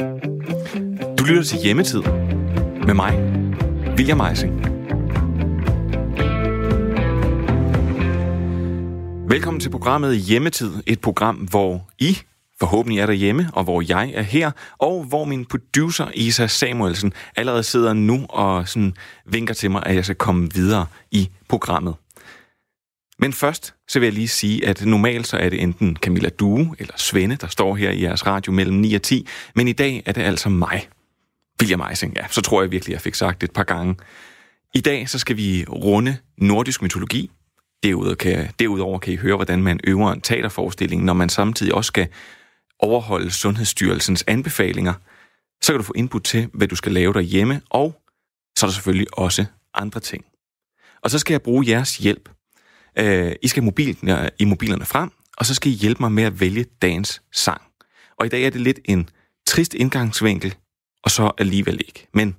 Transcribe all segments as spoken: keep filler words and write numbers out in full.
Du lytter til Hjemmetid med mig, William Eising. Velkommen til programmet Hjemmetid, et program, hvor I forhåbentlig er derhjemme, og hvor jeg er her, og hvor min producer Isa Samuelsen allerede sidder nu og sådan vinker til mig, at jeg skal komme videre i programmet. Men først så vil jeg lige sige, at normalt så er det enten Camilla Due eller Svende, der står her i jeres radio mellem ni og ti, men i dag er det altså mig, William Eising. Ja, så tror jeg virkelig, jeg fik sagt det et par gange. I dag så skal vi runde nordisk mytologi. Derudover kan, derudover kan I høre, hvordan man øver en teaterforestilling, når man samtidig også skal overholde Sundhedsstyrelsens anbefalinger. Så kan du få input til, hvad du skal lave derhjemme, og så er der selvfølgelig også andre ting. Og så skal jeg bruge jeres hjælp. Uh, I skal mobilerne, i mobilerne frem, og så skal I hjælpe mig med at vælge dagens sang. Og i dag er det lidt en trist indgangsvinkel, og så alligevel ikke. Men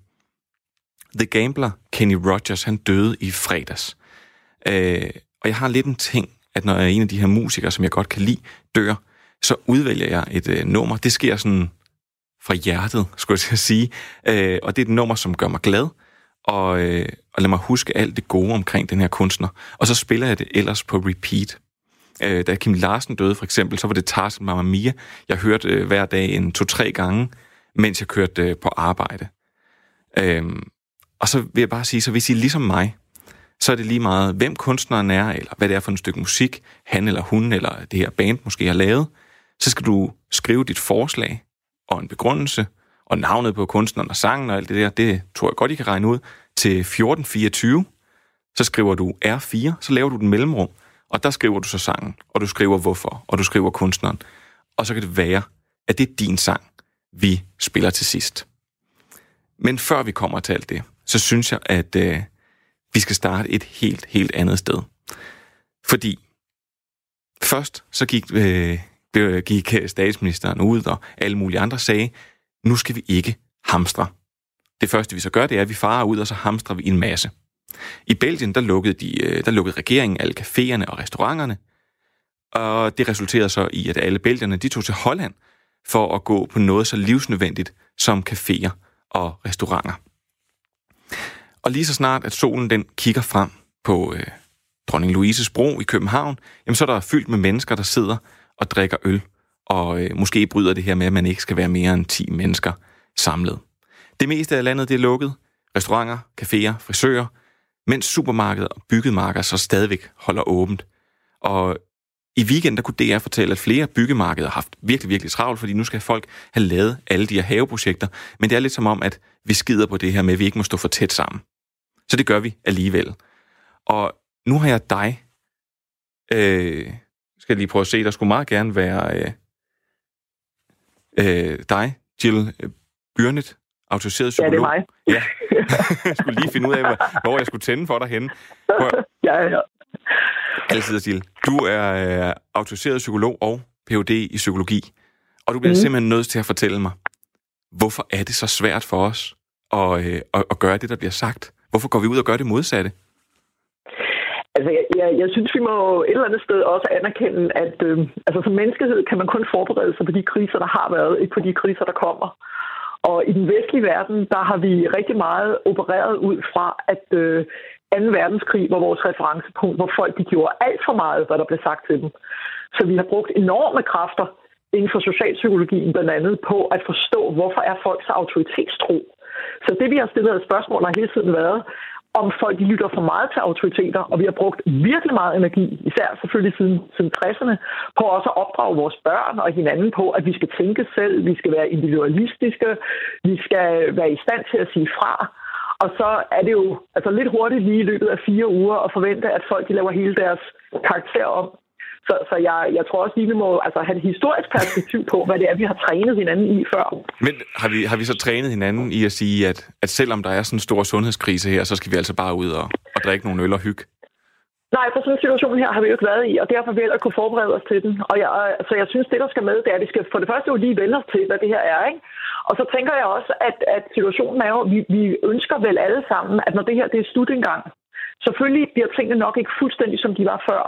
The Gambler, Kenny Rogers, han døde i fredags. Uh, og jeg har lidt en ting, at når en af de her musikere, som jeg godt kan lide, dør, så udvælger jeg et uh, nummer. Det sker sådan fra hjertet, skulle jeg til at sige. Uh, og det er et nummer, som gør mig glad. Og, øh, og lad mig huske alt det gode omkring den her kunstner. Og så spiller jeg det ellers på repeat. Øh, da Kim Larsen døde for eksempel, så var det Tarzan Mamma Mia. Jeg hørte øh, hver dag en to-tre gange, mens jeg kørte øh, på arbejde. Øh, og så vil jeg bare sige, så hvis I er ligesom mig, så er det lige meget, hvem kunstneren er, eller hvad det er for et stykke musik, han eller hun, eller det her band måske har lavet. Så skal du skrive dit forslag og en begrundelse, og navnet på kunstneren og sangen og alt det der, det tror jeg godt, I kan regne ud, til fjorten fireogtyve. Så skriver du R fire, så laver du den mellemrum, og der skriver du så sangen, og du skriver hvorfor, og du skriver kunstneren. Og så kan det være, at det er din sang, vi spiller til sidst. Men før vi kommer til alt det, så synes jeg, at øh, vi skal starte et helt, helt andet sted. Fordi først så gik, øh, gik statsministeren ud, og alle mulige andre sagde, nu skal vi ikke hamstre. Det første, vi så gør, det er, at vi farer ud, og så hamstrer vi en masse. I Belgien, der lukkede, de, der lukkede regeringen alle caféerne og restauranterne, og det resulterede så i, at alle belgierne, de tog til Holland for at gå på noget så livsnødvendigt som caféer og restauranter. Og lige så snart, at solen den kigger frem på øh, Dronning Louises Bro i København, jamen så er der fyldt med mennesker, der sidder og drikker øl, og øh, måske bryder det her med, at man ikke skal være mere end ti mennesker samlet. Det meste af landet det er lukket. Restauranter, caféer, frisører, mens supermarkeder og byggemarkeder så stadigvæk holder åbent. Og i weekenden der kunne D R fortælle, at flere byggemarkeder har haft virkelig, virkelig travlt, fordi nu skal folk have lavet alle de her haveprojekter. Men det er lidt som om, at vi skider på det her med, at vi ikke må stå for tæt sammen. Så det gør vi alligevel. Og nu har jeg dig. Øh, skal jeg lige prøve at se, der skulle meget gerne være... Øh, Øh, dig, Jill Byrnet, autoriseret psykolog. Ja, det er mig. Ja, jeg skulle lige finde ud af, hvor jeg skulle tænde for dig henne. Ja, ja. Altid, Jill. Du er øh, autoriseret psykolog og P H D i psykologi. Og du bliver mm. simpelthen nødt til at fortælle mig, hvorfor er det så svært for os at, øh, at, at gøre det, der bliver sagt? Hvorfor går vi ud og gør det modsatte? Altså, jeg, jeg, jeg synes, vi må et eller andet sted også anerkende, at øh, altså, som menneskehed kan man kun forberede sig på de kriser, der har været, ikke på de kriser, der kommer. Og i den vestlige verden, der har vi rigtig meget opereret ud fra, at øh, anden verdenskrig var vores referencepunkt, hvor folk de gjorde alt for meget, hvad der blev sagt til dem. Så vi har brugt enorme kræfter inden for socialpsykologien blandt andet på at forstå, hvorfor er folk så autoritetstro. Så det, vi har stillet et spørgsmål, har hele tiden været, om folk de lytter for meget til autoriteter, og vi har brugt virkelig meget energi, især selvfølgelig siden, siden tresserne, på også at opdrage vores børn og hinanden på, at vi skal tænke selv, vi skal være individualistiske, vi skal være i stand til at sige fra. Og så er det jo altså lidt hurtigt lige i løbet af fire uger at forvente, at folk de laver hele deres karakter om. Så, så jeg, jeg tror også lige, vi må altså, have et historisk perspektiv på, hvad det er, vi har trænet hinanden i før. Men har vi, har vi så trænet hinanden i at sige, at, at selvom der er sådan en stor sundhedskrise her, så skal vi altså bare ud og, og drikke nogle øl og hygge? Nej, for sådan en situation her har vi jo ikke været i, og derfor vil jeg kunne forberede os til den. Og jeg, altså, jeg synes, det der skal med, det er, at vi skal for det første jo lige vende os til, hvad det her er, ikke? Og så tænker jeg også, at, at situationen er jo, vi, vi ønsker vel alle sammen, at når det her det er slut engang, selvfølgelig bliver tingene nok ikke fuldstændig, som de var før.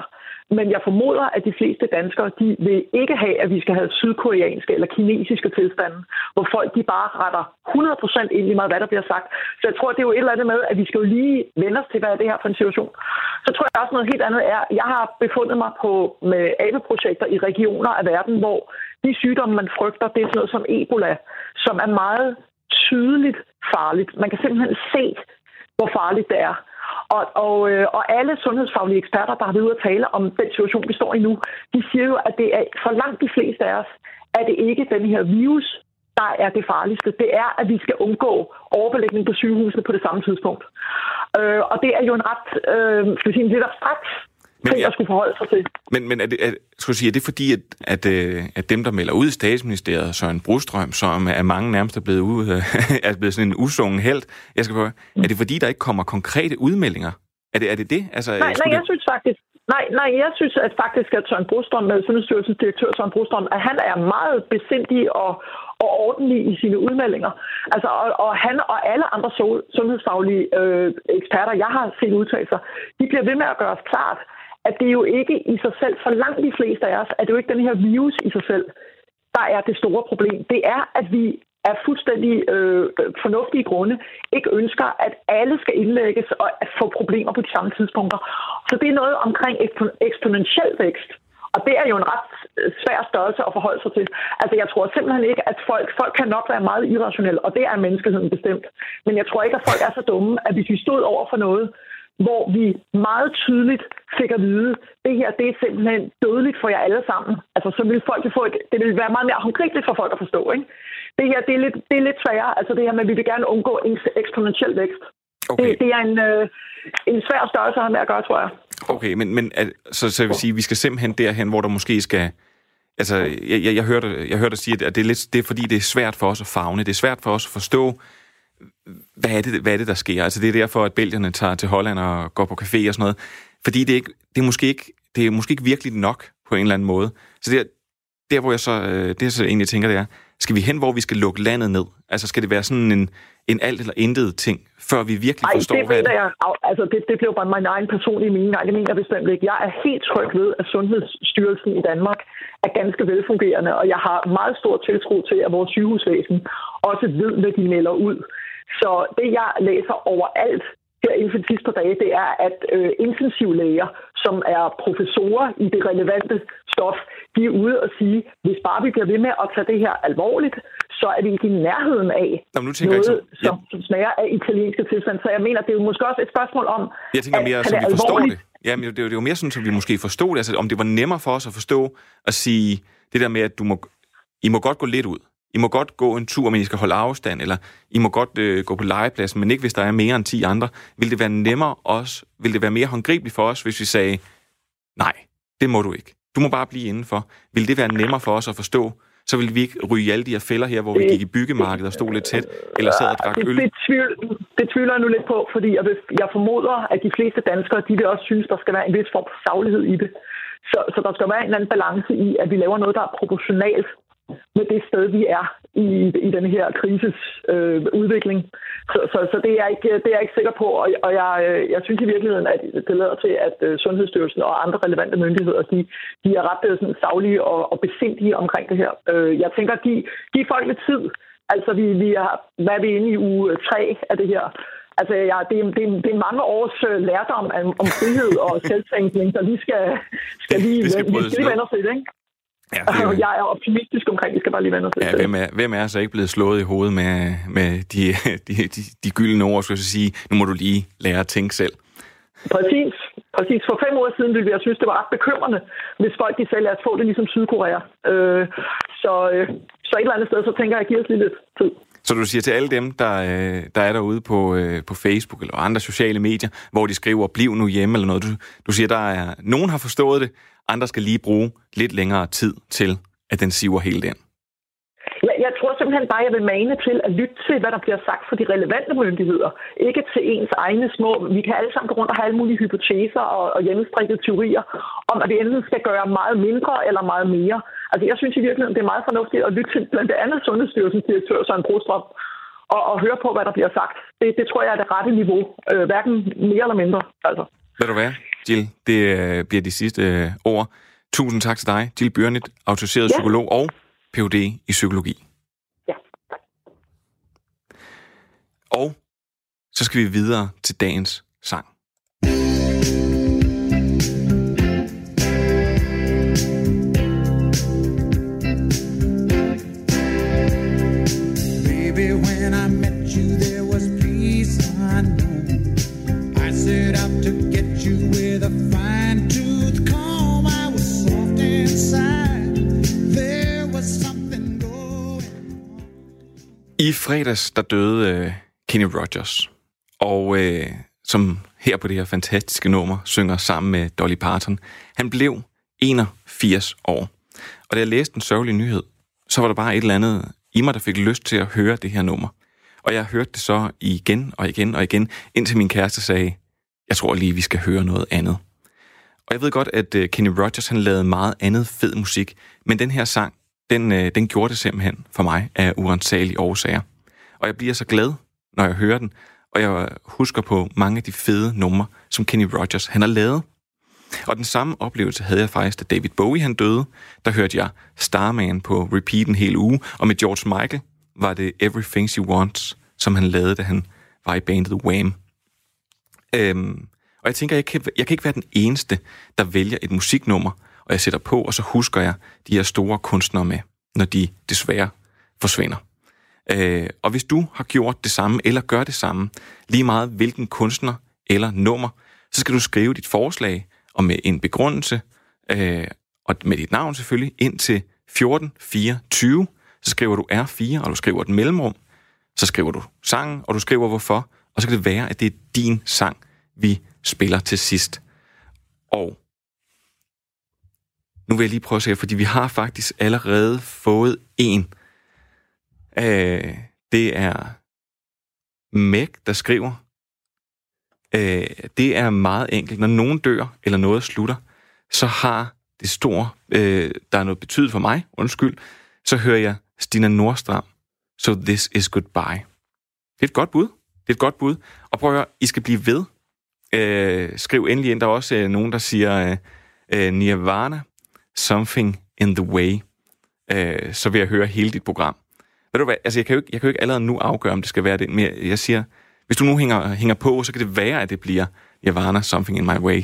Men jeg formoder, at de fleste danskere, de vil ikke have, at vi skal have sydkoreanske eller kinesiske tilstande, hvor folk de bare retter hundrede procent ind i meget, hvad der bliver sagt. Så jeg tror, det er jo et eller andet med, at vi skal jo lige vende os til, hvad er det her for en situation. Så tror jeg også noget helt andet er, jeg har befundet mig på med abeprojekter i regioner af verden, hvor de sygdomme, man frygter, det er sådan noget som Ebola, som er meget tydeligt farligt. Man kan simpelthen se, hvor farligt det er. Og, og, og alle sundhedsfaglige eksperter, der har været ude at tale om den situation, vi står i nu, de siger jo, at det er for langt de fleste af os, at det ikke den her virus, der er det farligste. Det er, at vi skal undgå overbelægning på sygehusene på det samme tidspunkt. Øh, og det er jo en ret, øh, skal vi sige, en lidt abstrakt ting, jeg skulle forholde sig til. Men, men er, det, er, skulle sige, er det fordi, at, at, at dem, der melder ud i statsministeriet, Søren Brostrøm, som er mange nærmest er blevet, ude, er blevet sådan en usungen helt, jeg skal prøve, er det fordi, der ikke kommer konkrete udmeldinger? Er det er det? det? Altså, nej, nej, jeg synes faktisk, nej, nej, jeg synes at faktisk, at Søren Brostrøm, med Sundhedsstyrelsens direktør Søren Brostrøm, at han er meget besindig og, og ordentlig i sine udmeldinger. Altså, og, og han og alle andre sundhedsfaglige øh, eksperter, jeg har set udtale sig, de bliver ved med at gøre os klart, at det er jo ikke i sig selv, for langt de fleste af os, at det jo ikke den her virus i sig selv, der er det store problem. Det er, at vi af fuldstændig øh, fornuftige grunde ikke ønsker, at alle skal indlægges og få problemer på de samme tidspunkter. Så det er noget omkring eksponentiel vækst. Og det er jo en ret svær størrelse at forholde sig til. Altså, jeg tror simpelthen ikke, at folk, folk kan nok være meget irrationelle, og det er menneskeheden bestemt. Men jeg tror ikke, at folk er så dumme, at hvis vi stod over for noget, hvor vi meget tydeligt fik at vide, det her, det er simpelthen dødeligt for jer alle sammen. Altså, så vil folk få et, det vil være meget mere håndgribeligt for folk at forstå, ikke? Det her, det er lidt, det er lidt sværere. Altså, det her med, at vi vil gerne undgå en eksponentiel vækst. Okay. Det, det er en, øh, en svær størrelse at have med at gøre, tror jeg. Okay, men, men så, så jeg vil sige, at vi skal simpelthen derhen, hvor der måske skal... Altså, jeg, jeg, jeg, hørte, jeg hørte dig sige, at det er, lidt, det er fordi, det er svært for os at favne. Det er svært for os at forstå, hvad er, det, hvad er det, der sker? Altså, det er derfor, at belgierne tager til Holland og går på café og sådan noget. Fordi det er, ikke, det er, måske, ikke, det er måske ikke virkelig nok på en eller anden måde. Så det er, der, hvor jeg så, det jeg så egentlig tænker, det er, skal vi hen, hvor vi skal lukke landet ned? Altså, skal det være sådan en, en alt eller intet ting, før vi virkelig Ej, forstår, det hvad det er? Jeg, altså, det, det bliver bare min egen personlige mening. Nej, det mener jeg bestemt ikke. Jeg er helt tryg ved, at Sundhedsstyrelsen i Danmark er ganske velfungerende, og jeg har meget stor tiltro til, at vores sygehusvæsen også ved, hvad de melder ud. Så det, jeg læser overalt her inden for de sidste par dage, det er, at øh, intensivlæger, som er professorer i det relevante stof, de er ude og sige, hvis bare vi bliver ved med at tage det her alvorligt, så er vi ikke i nærheden af Nå, nu noget, så, ja. som, som smager af italienske tilstand. Så jeg mener, det er jo måske også et spørgsmål om, jeg tænker mere, at så vi forstår alvorligt. det. Jamen, det er jo mere sådan, som vi måske forstod det. Altså, om det var nemmere for os at forstå, at sige det der med, at du må, I må godt gå lidt ud. I må godt gå en tur, men I skal holde afstand, eller I må godt øh, gå på legepladsen, men ikke hvis der er mere end ti andre. Vil det være nemmere også, vil det være mere håndgribeligt for os, hvis vi sagde, nej, det må du ikke. Du må bare blive indenfor. Vil det være nemmere for os at forstå, så vil vi ikke ryge alle de her fælder her, hvor vi gik i byggemarkedet og stod lidt tæt, eller sad og drak øl? Det, det, tvivl, det tvivler jeg nu lidt på, fordi jeg, vil, jeg formoder, at de fleste danskere, de vil også synes, der skal være en vis form for saglighed i det. Så, så der skal være en eller anden balance i, at vi laver noget, der er proportionalt med det sted, vi er i, i den her krises øh, udvikling. Så, så, så det, er jeg ikke, det er jeg ikke sikker på, og, og jeg, jeg synes i virkeligheden, at det lader til, at uh, Sundhedsstyrelsen og andre relevante myndigheder, de, de er ret sådan, saglige og, og besindige omkring det her. Øh, jeg tænker, de giver folk lidt tid. Altså, vi, vi er, hvad er vi inde i uge tre af det her? Altså, ja, det, er, det, er, det er mange års uh, lærdom om, om frihed og selvtænkning, der lige skal, skal lige, det skal vi skal lige vende os lidt, ikke? Ja, det... Jeg er optimistisk omkring, vi skal bare lige vende os lidt. Ja, hvem er, hvem er så ikke blevet slået i hovedet med, med de, de, de, de gyldne ord, skal jeg sige, nu må du lige lære at tænke selv. Præcis. Præcis. For fem år siden ville jeg synes, det var ret bekymrende, hvis folk de selv at få det ligesom Sydkorea. Øh, så, øh, så et eller andet sted, så tænker jeg, at jeg giver os lige lidt tid. Så du siger til alle dem, der, der er derude på, på Facebook eller andre sociale medier, hvor de skriver, bliv nu hjemme eller noget. Du, du siger, der er nogen har forstået det, andre skal lige bruge lidt længere tid til, at den siver hele den. Ja, jeg tror simpelthen bare, jeg vil mane til at lytte til, hvad der bliver sagt for de relevante myndigheder. Ikke til ens egne små. Vi kan alle sammen gå rundt og have alle mulige hypoteser og, og hjemmestrikkede teorier om, at vi enten skal gøre meget mindre eller meget mere. Altså, jeg synes i virkeligheden, det er meget fornuftigt at lytte til blandt andet Sundhedsstyrelsens direktør Søren Brostrøm og, og høre på, hvad der bliver sagt. Det, det tror jeg er det rette niveau. Øh, hverken mere eller mindre. Altså. Ved du hvad? Jill, det øh, bliver de sidste øh, ord. Tusind tak til dig, Jill Byrnit, autoriseret ja. psykolog og P H D i psykologi. Ja, tak. Og så skal vi videre til dagens sang. Baby, when I met you, there was peace unknown. I set out to get you with a fine-tooth comb. I was soft inside. There was something going on. I fredags, der døde øh, Kenny Rogers. Og øh, som her på det her fantastiske nummer synger sammen med Dolly Parton. Han blev enogfirs år. Og da jeg læste den sørgelige nyhed, så var der bare et eller andet i mig, der fik lyst til at høre det her nummer. Og jeg hørte det så igen og igen og igen, indtil min kæreste sagde, jeg tror lige, vi skal høre noget andet. Og jeg ved godt, at Kenny Rogers, han lavede meget andet fed musik, men den her sang, den, den gjorde det simpelthen for mig af uransagelige årsager. Og jeg bliver så glad, når jeg hører den, og jeg husker på mange af de fede numre, som Kenny Rogers, han har lavet. Og den samme oplevelse havde jeg faktisk, da David Bowie, han døde. Der hørte jeg Starman på repeat en hel uge, og med George Michael var det Everything She Wants, som han lavede, da han var i bandet Wham. Øhm, og jeg tænker, jeg kan, jeg kan ikke være den eneste, der vælger et musiknummer, og jeg sætter på, og så husker jeg de her store kunstnere med, når de desværre forsvinder. Øh, og hvis du har gjort det samme, eller gør det samme, lige meget hvilken kunstner eller nummer, så skal du skrive dit forslag, og med en begrundelse, øh, og med dit navn selvfølgelig, ind til fjorten fireogtyve. Så skriver du R fire, og du skriver et mellemrum. Så skriver du sangen, og du skriver hvorfor. Og så kan det være, at det er din sang, vi spiller til sidst. Og nu vil jeg lige prøve at se, fordi vi har faktisk allerede fået en. Øh, det er Meg, der skriver. Øh, det er meget enkelt. Når nogen dør, eller noget slutter, så har det store, øh, der er noget betydet for mig, undskyld, så hører jeg Stina Nordstrøm, So This Is Goodbye. Det er et godt bud. Det er et godt bud. Og prøv at høre, I skal blive ved. Øh, skriv endelig ind. Der er også øh, nogen, der siger øh, øh, Nirvana, Something in the Way. Øh, så vil jeg høre hele dit program. Ved du hvad, altså jeg kan jo ikke, jeg kan jo ikke allerede nu afgøre, om det skal være det, men jeg, jeg siger, hvis du nu hænger, hænger på, så kan det være, at det bliver Nirvana, Something in My Way.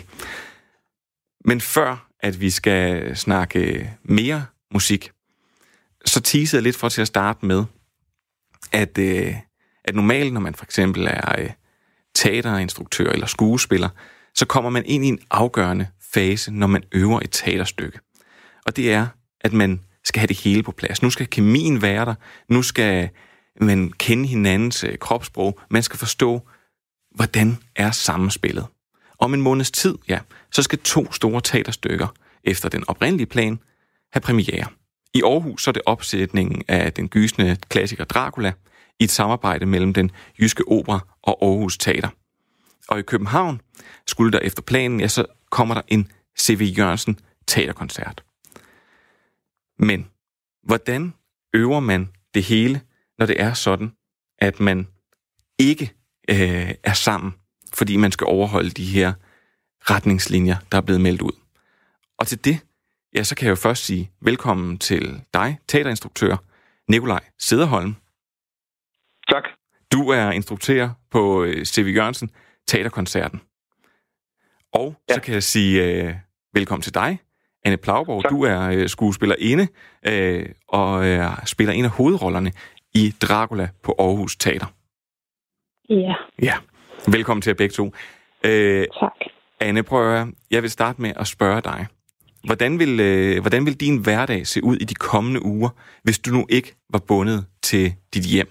Men før, at vi skal snakke mere musik, så teasede jeg lidt for til at starte med, at, øh, at normalt, når man for eksempel er øh, teaterinstruktør eller skuespiller, så kommer man ind i en afgørende fase, når man øver et teaterstykke. Og det er, at man skal have det hele på plads. Nu skal kemien være der. Nu skal man kende hinandens øh, kropssprog. Man skal forstå, hvordan er sammenspillet. Om en måneds tid, ja, så skal to store teaterstykker efter den oprindelige plan have premiere. I Aarhus så er det opsætningen af den gysende klassiker Dracula i et samarbejde mellem den Jyske Opera og Aarhus Teater. Og i København skulle der efter planen, ja, så kommer der en C V Jørgensen teaterkoncert. Men hvordan øver man det hele, når det er sådan, at man ikke øh, er sammen, fordi man skal overholde de her retningslinjer, der er blevet meldt ud? Og til det, ja, så kan jeg jo først sige velkommen til dig, teaterinstruktør Nikolaj Sederholm. Tak. Du er instruktør på C V Jørgensen Teaterkoncerten. Og ja. Så kan jeg sige øh, velkommen til dig, Anne Plauborg. Tak. Du er øh, skuespillerinde øh, og øh, spiller en af hovedrollerne i Dracula på Aarhus Teater. Ja. Ja, velkommen til jer begge to. Øh, tak. Anne, prøv at, jeg vil starte med at spørge dig. Hvordan vil, øh, hvordan vil din hverdag se ud i de kommende uger, hvis du nu ikke var bundet til dit hjem?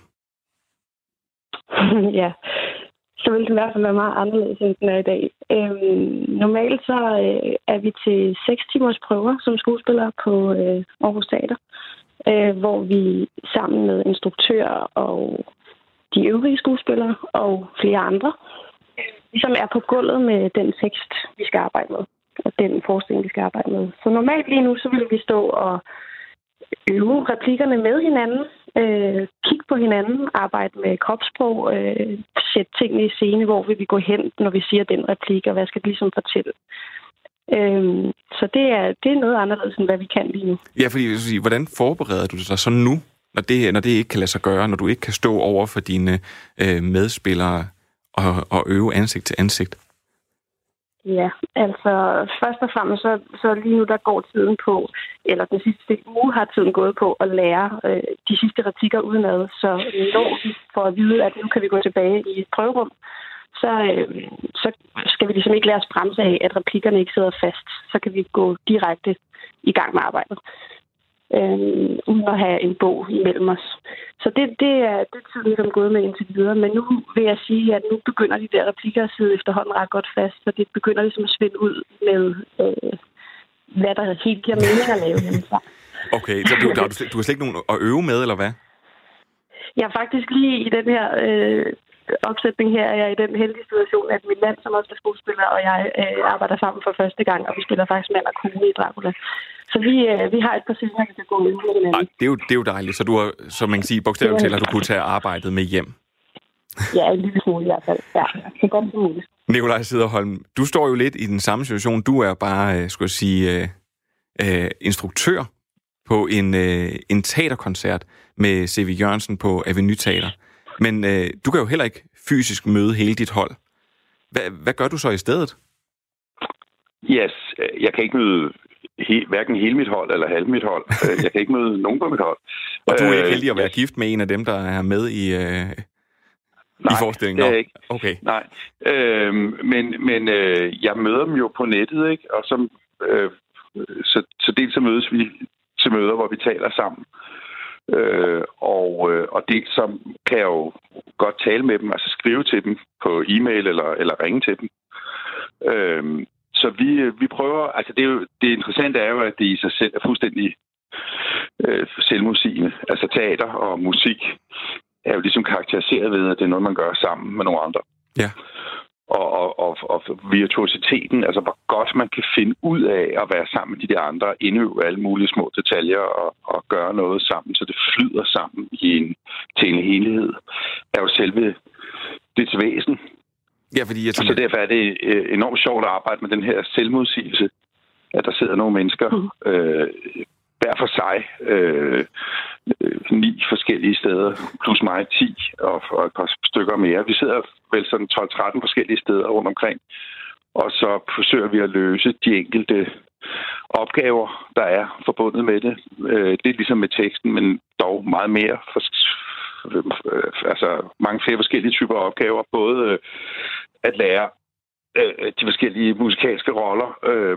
Ja, så vil det i hvert fald være meget anderledes, end den er i dag. Øhm, normalt så øh, er vi til seks timers prøver som skuespillere på øh, Aarhus Teater, øh, hvor vi sammen med instruktører og de øvrige skuespillere og flere andre, ligesom er på gulvet med den tekst, vi skal arbejde med, og den forestilling, vi skal arbejde med. Så normalt lige nu, så vil vi stå og øve replikkerne med hinanden, øh, kigge på hinanden, arbejde med kropssprog, øh, sætte tingene i scene, hvor vil vi gå hen, når vi siger den replik, og hvad skal det ligesom fortælle. Øhm, så det er, det er noget anderledes, end hvad vi kan lige nu. Ja, fordi jeg vil sige, hvordan forbereder du dig så nu, når det, når det ikke kan lade sig gøre, når du ikke kan stå over for dine øh, medspillere og, og øve ansigt til ansigt? Ja, altså først og fremmest, så, så lige nu der går tiden på, eller den sidste uge har tiden gået på at lære øh, de sidste replikker udenad. Så når vi får at vide, at nu kan vi gå tilbage i et prøverum, så, øh, så skal vi ligesom ikke lade os bremse af, at replikkerne ikke sidder fast. Så kan vi gå direkte i gang med arbejdet, øh, uden at have en bog imellem os. Så det, det er det er tiden, som er gået med indtil videre. Men nu vil jeg sige, at nu begynder de der replikker at sidde efterhånden ret godt fast, så det begynder ligesom at svinde ud med, øh, hvad der helt giver mening at lave hjemmefra. Okay, så du, der, du, du har slet ikke nogen at øve med, eller hvad? Jeg er faktisk lige i den her øh, opsætning her, er jeg i den heldige situation, at min mand, som også er skuespiller, og jeg øh, arbejder sammen for første gang, og vi spiller faktisk mand og kone i Dracula. Så vi, øh, vi har et par scener, der kan gå med hinanden. Ej, det er jo, det er jo dejligt, så du har, som man kan sige, bogstaveligt til, at du kunne tage arbejdet med hjem. Ja, en lille smule i hvert fald. Ja, så godt som muligt. Nikolaj Cederholm, du står jo lidt i den samme situation. Du er bare, skulle jeg sige, øh, øh, instruktør på en, øh, en teaterkoncert med C V Jørgensen på Avenue Teater. Men øh, du kan jo heller ikke fysisk møde hele dit hold. Hva, hvad gør du så i stedet? Yes, jeg kan ikke møde he, hverken hele mit hold eller halve mit hold. Jeg kan ikke møde nogen på mit hold. Og du er ikke heldig at være yes. gift med en af dem, der er med i, øh, Nej, i forestillingen? Nej, det er ikke. Okay. Nej, øhm, men, men øh, jeg møder dem jo på nettet, ikke? Og så, øh, så, så dels så mødes vi til møder, hvor vi taler sammen. Øh, og, øh, og dels så kan jeg jo godt tale med dem, altså skrive til dem på e-mail eller, eller ringe til dem. Øh, så vi, vi prøver, altså det, er jo, det interessante er jo, at det i sig selv er fuldstændig øh, selvmodsigende. Altså teater og musik er jo ligesom karakteriseret ved, at det er noget, man gør sammen med nogle andre. Ja. Og, og, og, og virtuositeten, altså hvor godt man kan finde ud af at være sammen med de der andre, indøve alle mulige små detaljer og, og gøre noget sammen, så det flyder sammen i en, til en helhed, er jo selve dets væsen. Ja, fordi jeg tænker... Så derfor er det enormt sjovt at arbejde med den her selvmodsigelse, at der sidder nogle mennesker øh, hver for sig, øh, ni forskellige steder, plus mig ti og, og et par stykker mere. Vi sidder vel sådan tolv tretten forskellige steder rundt omkring, og så forsøger vi at løse de enkelte opgaver, der er forbundet med det. Det er ligesom med teksten, men dog meget mere, for, altså mange flere forskellige typer af opgaver, både at lære de forskellige musikalske roller,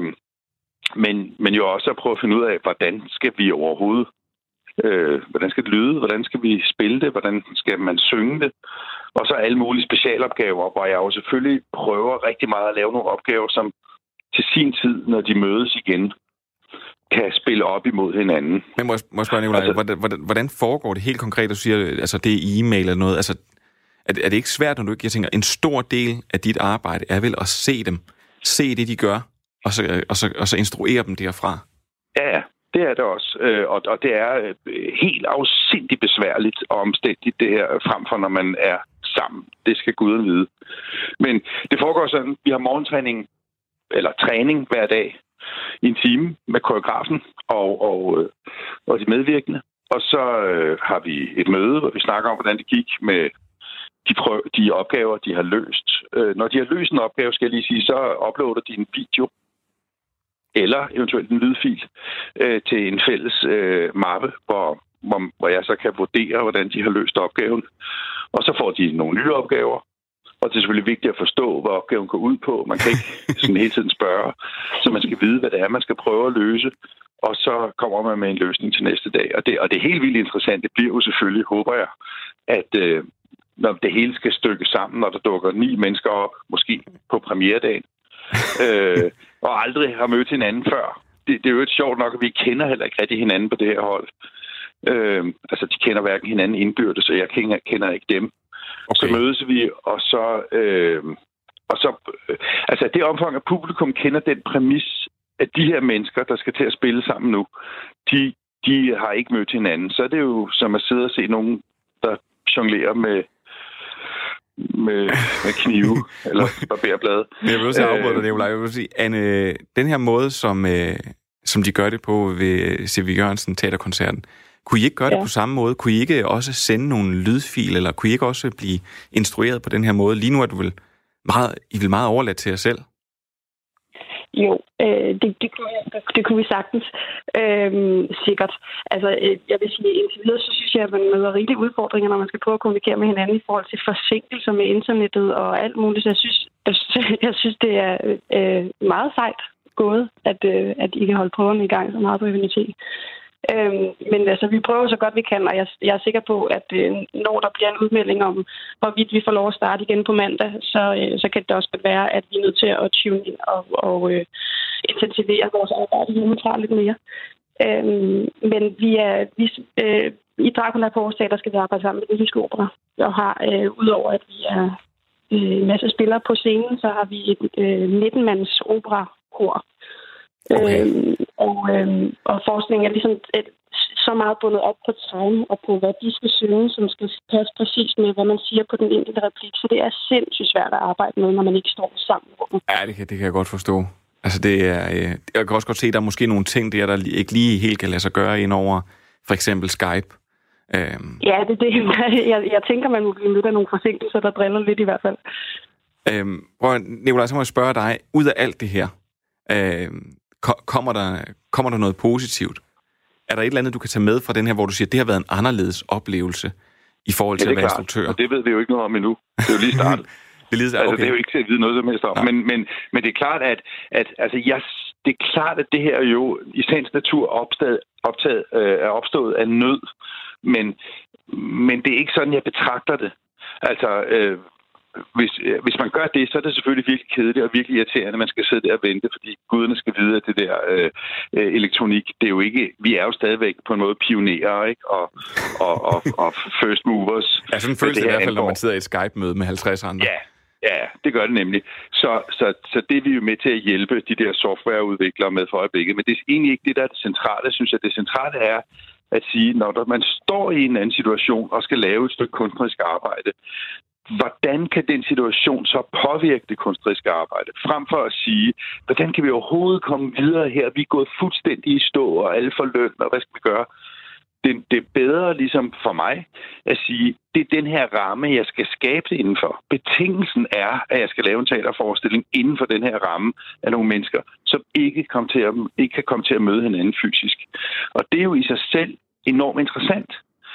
men, men jo også at prøve at finde ud af, hvordan skal vi overhovedet Øh, hvordan skal det lyde? Hvordan skal vi spille det? Hvordan skal man synge det? Og så alle mulige specialopgaver, hvor jeg jo selvfølgelig prøver rigtig meget at lave nogle opgaver, som til sin tid, når de mødes igen, kan spille op imod hinanden. Men må jeg, må jeg spørge, Nikolaj, altså, hvordan, hvordan, hvordan foregår det helt konkret? Du siger, altså det er e-mail eller noget. Altså, er, er det ikke svært, når du ikke... Jeg tænker, en stor del af dit arbejde er vel at se dem. Se det, de gør, og så, og så, og så instruere dem derfra. Ja, ja. Det er det også, og, og det er helt afsindigt besværligt og omstændigt det her, frem for når man er sammen. Det skal guden vide. Men det foregår sådan, vi har morgentræning, eller træning hver dag i en time med koreografen og, og, og de medvirkende. Og så øh, har vi et møde, hvor vi snakker om, hvordan det gik med de, prøv, de opgaver, de har løst. Øh, når de har løst en opgave, skal jeg lige sige, så uploader de en video eller eventuelt en lydfil øh, til en fælles øh, mappe, hvor, hvor, hvor jeg så kan vurdere, hvordan de har løst opgaven. Og så får de nogle nye opgaver, og det er selvfølgelig vigtigt at forstå, hvad opgaven går ud på. Man kan ikke sådan hele tiden spørge, så man skal vide, hvad det er, man skal prøve at løse. Og så kommer man med en løsning til næste dag. Og det, og det er helt vildt interessant. Det bliver jo selvfølgelig, håber jeg, at øh, når det hele skal stykkes sammen, når der dukker ni mennesker op, måske på premieredagen, øh, og aldrig har mødt hinanden før. Det, det er jo et sjovt nok, at vi kender heller ikke rigtig hinanden på det her hold. Øh, altså, de kender hverken hinanden indbyrdes, så jeg kender, kender ikke dem. Okay. Så mødes vi, og så... Øh, og så øh, altså, det omfang, at publikum kender den præmis, at de her mennesker, der skal til at spille sammen nu, de, de har ikke mødt hinanden. Så er det jo som at sidde og se nogen, der jonglerer med, med, med knive eller barberblade. Jeg vil også sige afbryde dig, Nicolaj. Jeg vil sige, Anne, den her måde, som, øh, som de gør det på ved C V Jørgensen Teaterkoncerten, kunne I ikke gøre ja. det på samme måde? Kunne I ikke også sende nogle lydfil, eller kunne I ikke også blive instrueret på den her måde? Lige nu er du vel meget, I vil meget overladt til jer selv? Jo, øh, det, det, kunne, det, det kunne vi sagtens. Øhm, sikkert. Altså, øh, jeg vil sige, indtil videre, så synes jeg, at man møder rigelige udfordringer, når man skal prøve at kommunikere med hinanden i forhold til forsinkelser med internettet og alt muligt. Så jeg synes, jeg, jeg synes det er øh, meget sejt gået, at, øh, at I kan holde prøverne i gang så meget på Evenitet. Øhm, men altså, vi prøver så godt vi kan, og jeg, jeg er sikker på, at øh, når der bliver en udmelding om, hvorvidt vi får lov at starte igen på mandag, så, øh, så kan det også godt være, at vi er nødt til at tune ind og, og øh, intensivere vores arbejde hjemmefra lidt mere. Øhm, men vi er vi, øh, i Dracula på Aarhus Teater skal vi arbejde sammen med den tyske opera, og har øh, udover at vi er øh, en masse spillere på scenen, så har vi et øh, nitten-mands operakor. Okay. Øhm, og, øhm, og forskningen er ligesom et, så meget bundet op på time og på, hvad de skal synge, som skal passe præcis med, hvad man siger på den enkelte replik. Så det er sindssygt svært at arbejde med, når man ikke står sammen. Ja, det kan, det kan jeg godt forstå. Altså, det er, øh, jeg kan også godt se, at der er måske nogle ting der, der ikke lige helt kan lade sig gøre ind over for eksempel Skype. Øhm. Ja, det, det, jeg, jeg tænker, man må blive mødt af nogle forsinkelser, der driller lidt i hvert fald. Øhm, Nicolaj, så må jeg spørge dig, ud af alt det her, øh, Kommer der, kommer der noget positivt? Er der et eller andet, du kan tage med fra den her, hvor du siger, at det har været en anderledes oplevelse i forhold til ja, at være instruktør? Og det ved vi jo ikke noget om endnu. Det er jo lige startet. det, er lige, okay. altså, det er jo ikke til at vide noget som helst om. Men, men, men det er klart, at, at altså, jeg, det er klart, at det her jo i sagens natur opstået, optaget, øh, er opstået af nød. Men, men det er ikke sådan, jeg betragter det. Altså... Øh, Hvis, hvis man gør det, så er det selvfølgelig virkelig kedeligt og virkelig irriterende, at man skal sidde der og vente, fordi guderne skal vide, at det der øh, elektronik, det er jo ikke, vi er jo stadigvæk på en måde pionerer, ikke? Og, og, og, og first movers. Ja, sådan føles det i hvert fald, når man sidder i et Skype-møde med halvtreds andre. Ja, ja, det gør det nemlig. Så, så, så det er vi jo med til at hjælpe de der softwareudviklere med for øjeblikket. Men det er egentlig ikke det, der er det centrale. Jeg synes, at det centrale er at sige, når man står i en anden situation og skal lave et stykke kunstnerisk arbejde, hvordan kan den situation så påvirke det kunstneriske arbejde? Frem for at sige, hvordan kan vi overhovedet komme videre her? Vi er gået fuldstændig i stå, og alle får løn, og hvad skal vi gøre? Det, det er bedre ligesom for mig at sige, det er den her ramme, jeg skal skabe det indenfor. Betingelsen er, at jeg skal lave en teaterforestilling inden for den her ramme af nogle mennesker, som ikke, kom til at, ikke kan komme til at møde hinanden fysisk. Og det er jo i sig selv enormt interessant.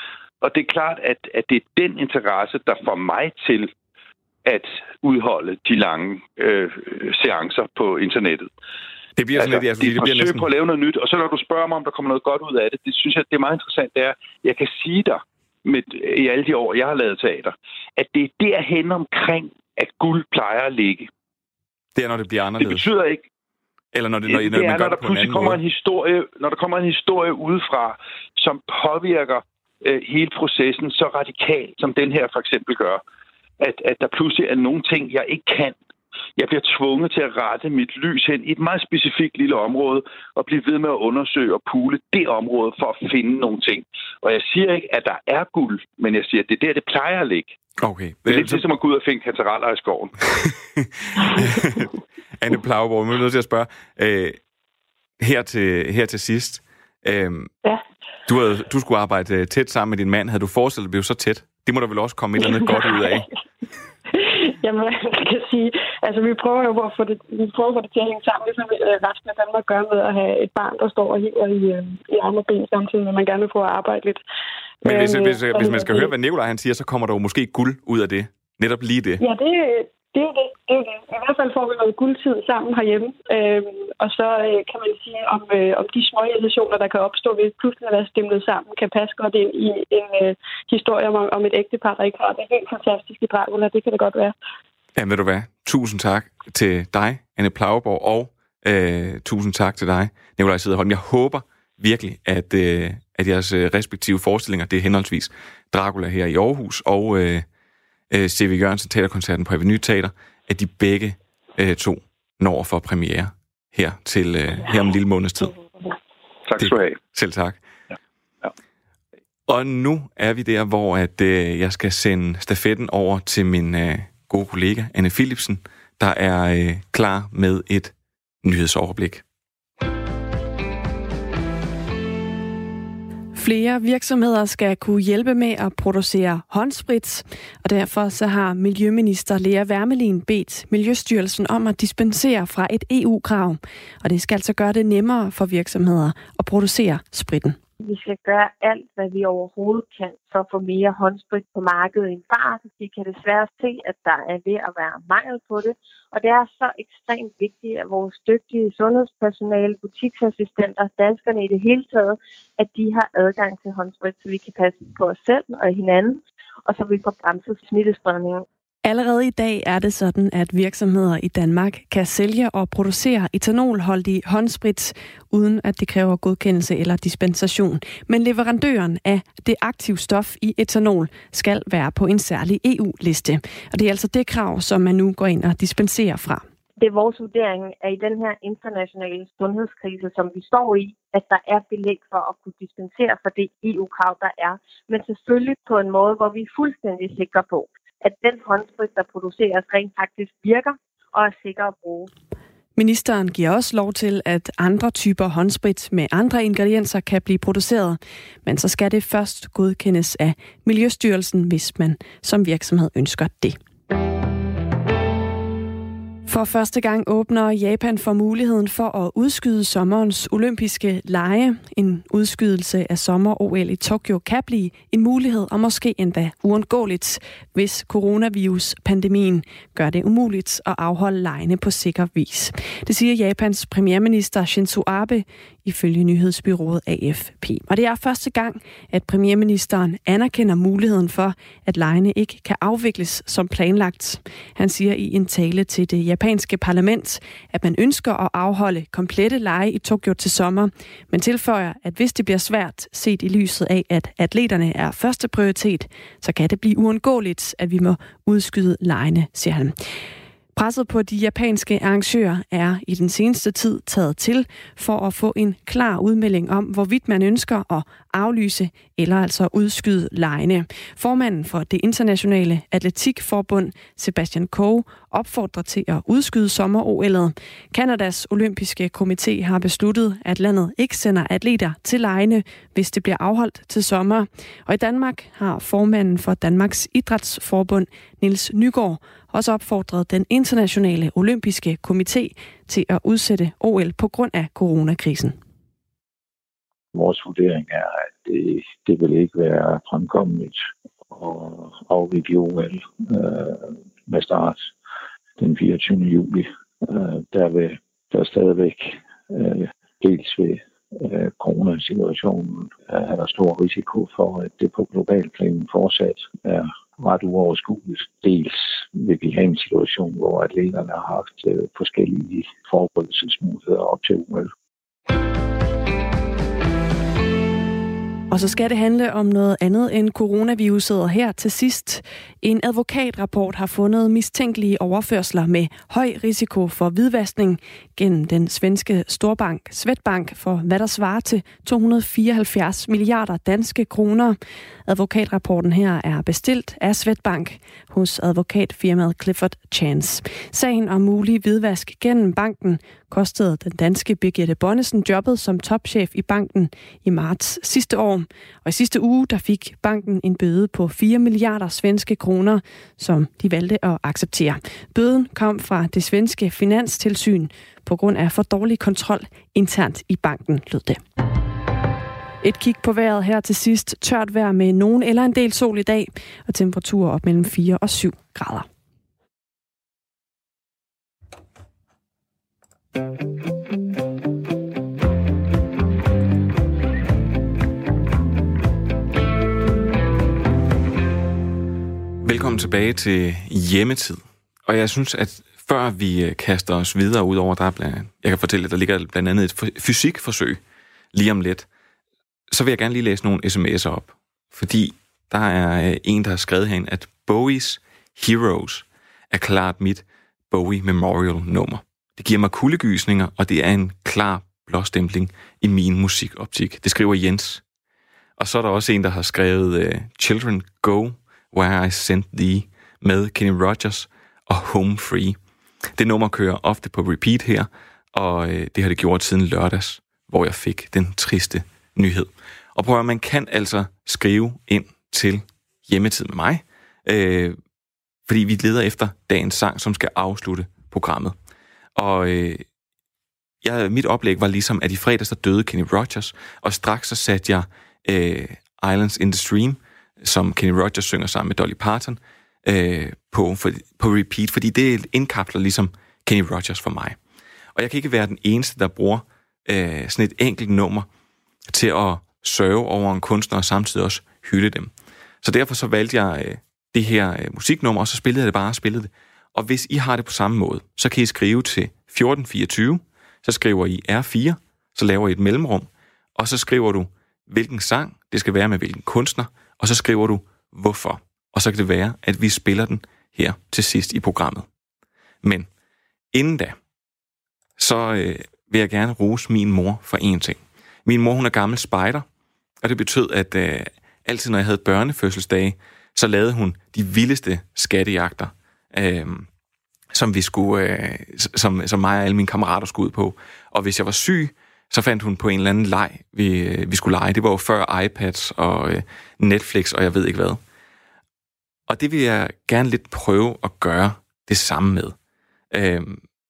Og det er klart, at, at det er den interesse, der får mig til at udholde de lange øh, seancer på internettet. Det bliver sådan altså, lidt... Det forsøg næsten... på at lave noget nyt, og så når du spørger mig, om der kommer noget godt ud af det, det synes jeg, det er meget interessant, det er, jeg kan sige dig, med, i alle de år, jeg har lavet teater, at det er derhen omkring, at guld plejer at ligge. Det er, når det bliver anderledes. Det betyder ikke... Eller når, det, når, det når er, man gør når det der på en anden kommer måde. En historie, når der kommer en historie udefra, som påvirker øh, hele processen så radikalt, som den her for eksempel gør, at, at der pludselig er nogle ting, jeg ikke kan. Jeg bliver tvunget til at rette mit lys hen i et meget specifikt lille område, og blive ved med at undersøge og pule det område for at finde nogle ting. Og jeg siger ikke, at der er guld, men jeg siger, at det er der, det plejer at ligge. Okay. Det er lidt ligesom at gå ud og finde kantereller i skoven. Anne Plauborg, jeg er nødt til at spørge. Øh, her, til, her til sidst. Øh, ja. du, havde, du skulle arbejde tæt sammen med din mand. Havde du forestillet dig at blive så tæt? Det må der vel også komme et eller andet godt ud af? Jamen, jeg kan sige, altså vi prøver jo at få det, vi prøver at få det til at hænge sammen, ligesom resten af Danmark gør med at have et barn, der står og hiver i, i arme og ben samtidig, når man gerne vil prøve at arbejde lidt. Men hvis, øhm, hvis, hvis man skal høre, hvad Nicolaj han siger, så kommer der jo måske guld ud af det. Netop lige det. Ja, det, det er jo det. det, er det. I hvert fald får vi noget guldtid sammen herhjemme. Øhm, og så øh, kan man sige, om, øh, om de små irritationer, der kan opstå ved pludselig at være stemlet sammen, kan passe godt ind i en øh, historie om, om et ægtepar, der ikke har det helt fantastiske Dracula. Det kan det godt være. Jamen, ved du hvad? Tusind tak til dig, Anne Plauborg, og øh, tusind tak til dig, Nicolaj Cederholm. Jeg håber virkelig, at, øh, at jeres respektive forestillinger, det er henholdsvis Dracula her i Aarhus og øh, C V Jørgensen Teaterkoncerten på Avenue Teater, at de begge øh, to når for premiere her, til, øh, her om en lille måneds tid. Tak skal du have. Selv tak. Ja. Ja. Og nu er vi der, hvor at, øh, jeg skal sende stafetten over til min øh, gode kollega, Anne Philipsen, der er øh, klar med et nyhedsoverblik. Flere virksomheder skal kunne hjælpe med at producere håndsprit, og derfor så har Miljøminister Lea Wermelin bedt Miljøstyrelsen om at dispensere fra et E U-krav, og det skal altså gøre det nemmere for virksomheder at producere spritten. Vi skal gøre alt, hvad vi overhovedet kan, for at få mere håndsprit på markedet i en fart. Vi kan desværre se, at der er ved at være mangel på det. Og det er så ekstremt vigtigt, at vores dygtige sundhedspersonale, butiksassistenter, danskerne i det hele taget, at de har adgang til håndsprit, så vi kan passe på os selv og hinanden, og så vi får bremset smittespredningen. Allerede i dag er det sådan, at virksomheder i Danmark kan sælge og producere etanolholdig håndsprit, uden at det kræver godkendelse eller dispensation. Men leverandøren af det aktive stof i etanol skal være på en særlig E U-liste. Og det er altså det krav, som man nu går ind og dispenserer fra. Det er vores vurdering, at i den her internationale sundhedskrise, som vi står i, at der er belæg for at kunne dispensere for det E U-krav, der er. Men selvfølgelig på en måde, hvor vi er fuldstændig sikre på, at den håndsprit, der produceres, rent faktisk virker og er sikker at bruge. Ministeren giver også lov til, at andre typer håndsprit med andre ingredienser kan blive produceret, men så skal det først godkendes af Miljøstyrelsen, hvis man som virksomhed ønsker det. For første gang åbner Japan for muligheden for at udskyde sommerens olympiske lege. En udskydelse af sommer-O L i Tokyo kan blive en mulighed, og måske endda uundgåeligt, hvis coronavirus-pandemien gør det umuligt at afholde legene på sikker vis. Det siger Japans premierminister Shinzo Abe ifølge nyhedsbyrået A F P. Og det er første gang, at premierministeren anerkender muligheden for, at legene ikke kan afvikles som planlagt. Han siger i en tale til det japanske parlament, at man ønsker at afholde komplette lege i Tokyo til sommer, men tilføjer, at hvis det bliver svært set i lyset af, at atleterne er første prioritet, så kan det blive uundgåeligt, at vi må udskyde legene, siger han. Presset på de japanske arrangører er i den seneste tid taget til for at få en klar udmelding om, hvorvidt man ønsker at aflyse eller altså udskyde legene. Formanden for det internationale atletikforbund, Sebastian Coe, opfordrer til at udskyde sommer-O L'et. Kanadas olympiske komité har besluttet, at landet ikke sender atleter til legene, hvis det bliver afholdt til sommer. Og i Danmark har formanden for Danmarks Idrætsforbund, Niels Nygaard, også opfordret den internationale olympiske komité til at udsætte O L på grund af coronakrisen. Vores vurdering er, at det, det vil ikke være fremkommet at afvikle O L øh, med start den fireogtyvende juli. Øh, der vil der stadigvæk øh, dels ved øh, coronasituationen er der stor risiko for, at det på global plan fortsat er ret uoverskueligt. Dels vil vi have en situation, hvor atleterne har haft øh, forskellige forberedelsesmuligheder op til O L. Og så skal det handle om noget andet end coronaviruset, og her til sidst. En advokatrapport har fundet mistænkelige overførsler med høj risiko for hvidvaskning gennem den svenske storbank Swedbank for hvad der svarer til to hundrede fireoghalvfjerds milliarder danske kroner. Advokatrapporten her er bestilt af Swedbank hos advokatfirmaet Clifford Chance. Sagen om mulig hvidvask gennem banken kostede den danske Birgitte Bonnesen jobbet som topchef i banken i marts sidste år. Og i sidste uge der fik banken en bøde på fire milliarder svenske kroner, som de valgte at acceptere. Bøden kom fra det svenske finanstilsyn på grund af for dårlig kontrol internt i banken, lød det. Et kig på vejret her til sidst. Tørt vejr med nogen eller en del sol i dag, og temperaturer op mellem fire og syv grader. Velkommen tilbage til Hjemmetid. Og jeg synes, at før vi kaster os videre ud over, der er blandt, jeg kan fortælle, at der ligger blandt andet et fysikforsøg lige om lidt, så vil jeg gerne lige læse nogle sms'er op. Fordi der er en, der har skrevet herinde, at Bowies Heroes er klart mit Bowie Memorial-nummer. Det giver mig kuldegysninger, og det er en klar blåstempling i min musikoptik. Det skriver Jens. Og så er der også en, der har skrevet uh, Children Go, Where I Sent Thee, med Kenny Rogers og Home Free. Det nummer kører ofte på repeat her, og uh, det har det gjort siden lørdags, hvor jeg fik den triste nyhed. Og prøv at man kan altså skrive ind til Hjemmetid med mig, øh, fordi vi leder efter dagens sang, som skal afslutte programmet. Og øh, jeg, mit oplæg var ligesom, at i fredags der døde Kenny Rogers, og straks så satte jeg øh, Islands in the Stream, som Kenny Rogers synger sammen med Dolly Parton, øh, på, for, på repeat, fordi det indkapsler ligesom Kenny Rogers for mig. Og jeg kan ikke være den eneste, der bruger øh, sådan et enkelt nummer til at sørge over en kunstner og samtidig også hylde dem. Så derfor så valgte jeg øh, det her øh, musiknummer, og så spillede jeg det bare og spillede det. Og hvis I har det på samme måde, så kan I skrive til fjorten fireogtyve, så skriver I R fire, så laver I et mellemrum, og så skriver du, hvilken sang det skal være med hvilken kunstner, og så skriver du, hvorfor. Og så kan det være, at vi spiller den her til sidst i programmet. Men inden da, så øh, vil jeg gerne rose min mor for en ting. Min mor, hun er gammel spejder, og det betød, at øh, altid, når jeg havde børnefødselsdage, så lavede hun de vildeste skattejagter, øh, som vi skulle, øh, som, som mig og alle mine kammerater skulle ud på. Og hvis jeg var syg, så fandt hun på en eller anden leg, vi, øh, vi skulle lege. Det var jo før iPads og øh, Netflix, og jeg ved ikke hvad. Og det vil jeg gerne lidt prøve at gøre det samme med. Øh,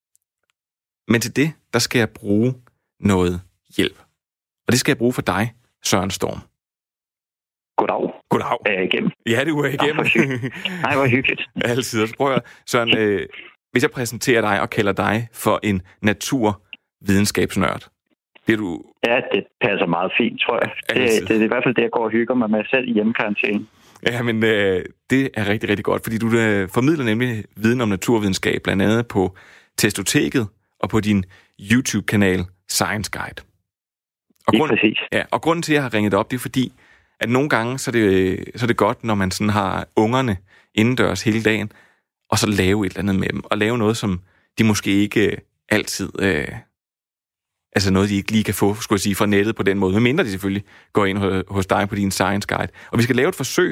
men til det, der skal jeg bruge noget hjælp. Og det skal jeg bruge for dig, Søren Storm. Goddag. Goddag. Er jeg igennem? Ja, du er igennem. Nej, hvor hyggeligt. Altid. Så prøv at, Søren, øh, hvis jeg præsenterer dig og kalder dig for en naturvidenskabsnørd, det er du... Ja, det passer meget fint, tror jeg. Det, det er i hvert fald det, jeg går og hygger mig med selv i hjemmekarantæne. Ja, men øh, det er rigtig, rigtig godt, fordi du øh, formidler nemlig viden om naturvidenskab, blandt andet på Testoteket og på din YouTube-kanal Science Guide. Og Lige grund, præcis. Ja, og grunden til, at jeg har ringet op, det er fordi, at nogle gange, så er det, så er det godt, når man sådan har ungerne indendørs hele dagen, og så lave et eller andet med dem, og lave noget, som de måske ikke altid, øh, altså noget, de ikke lige kan få, skulle jeg sige, fra nettet på den måde, medmindre de selvfølgelig går ind hos dig på din Science Guide. Og vi skal lave et forsøg.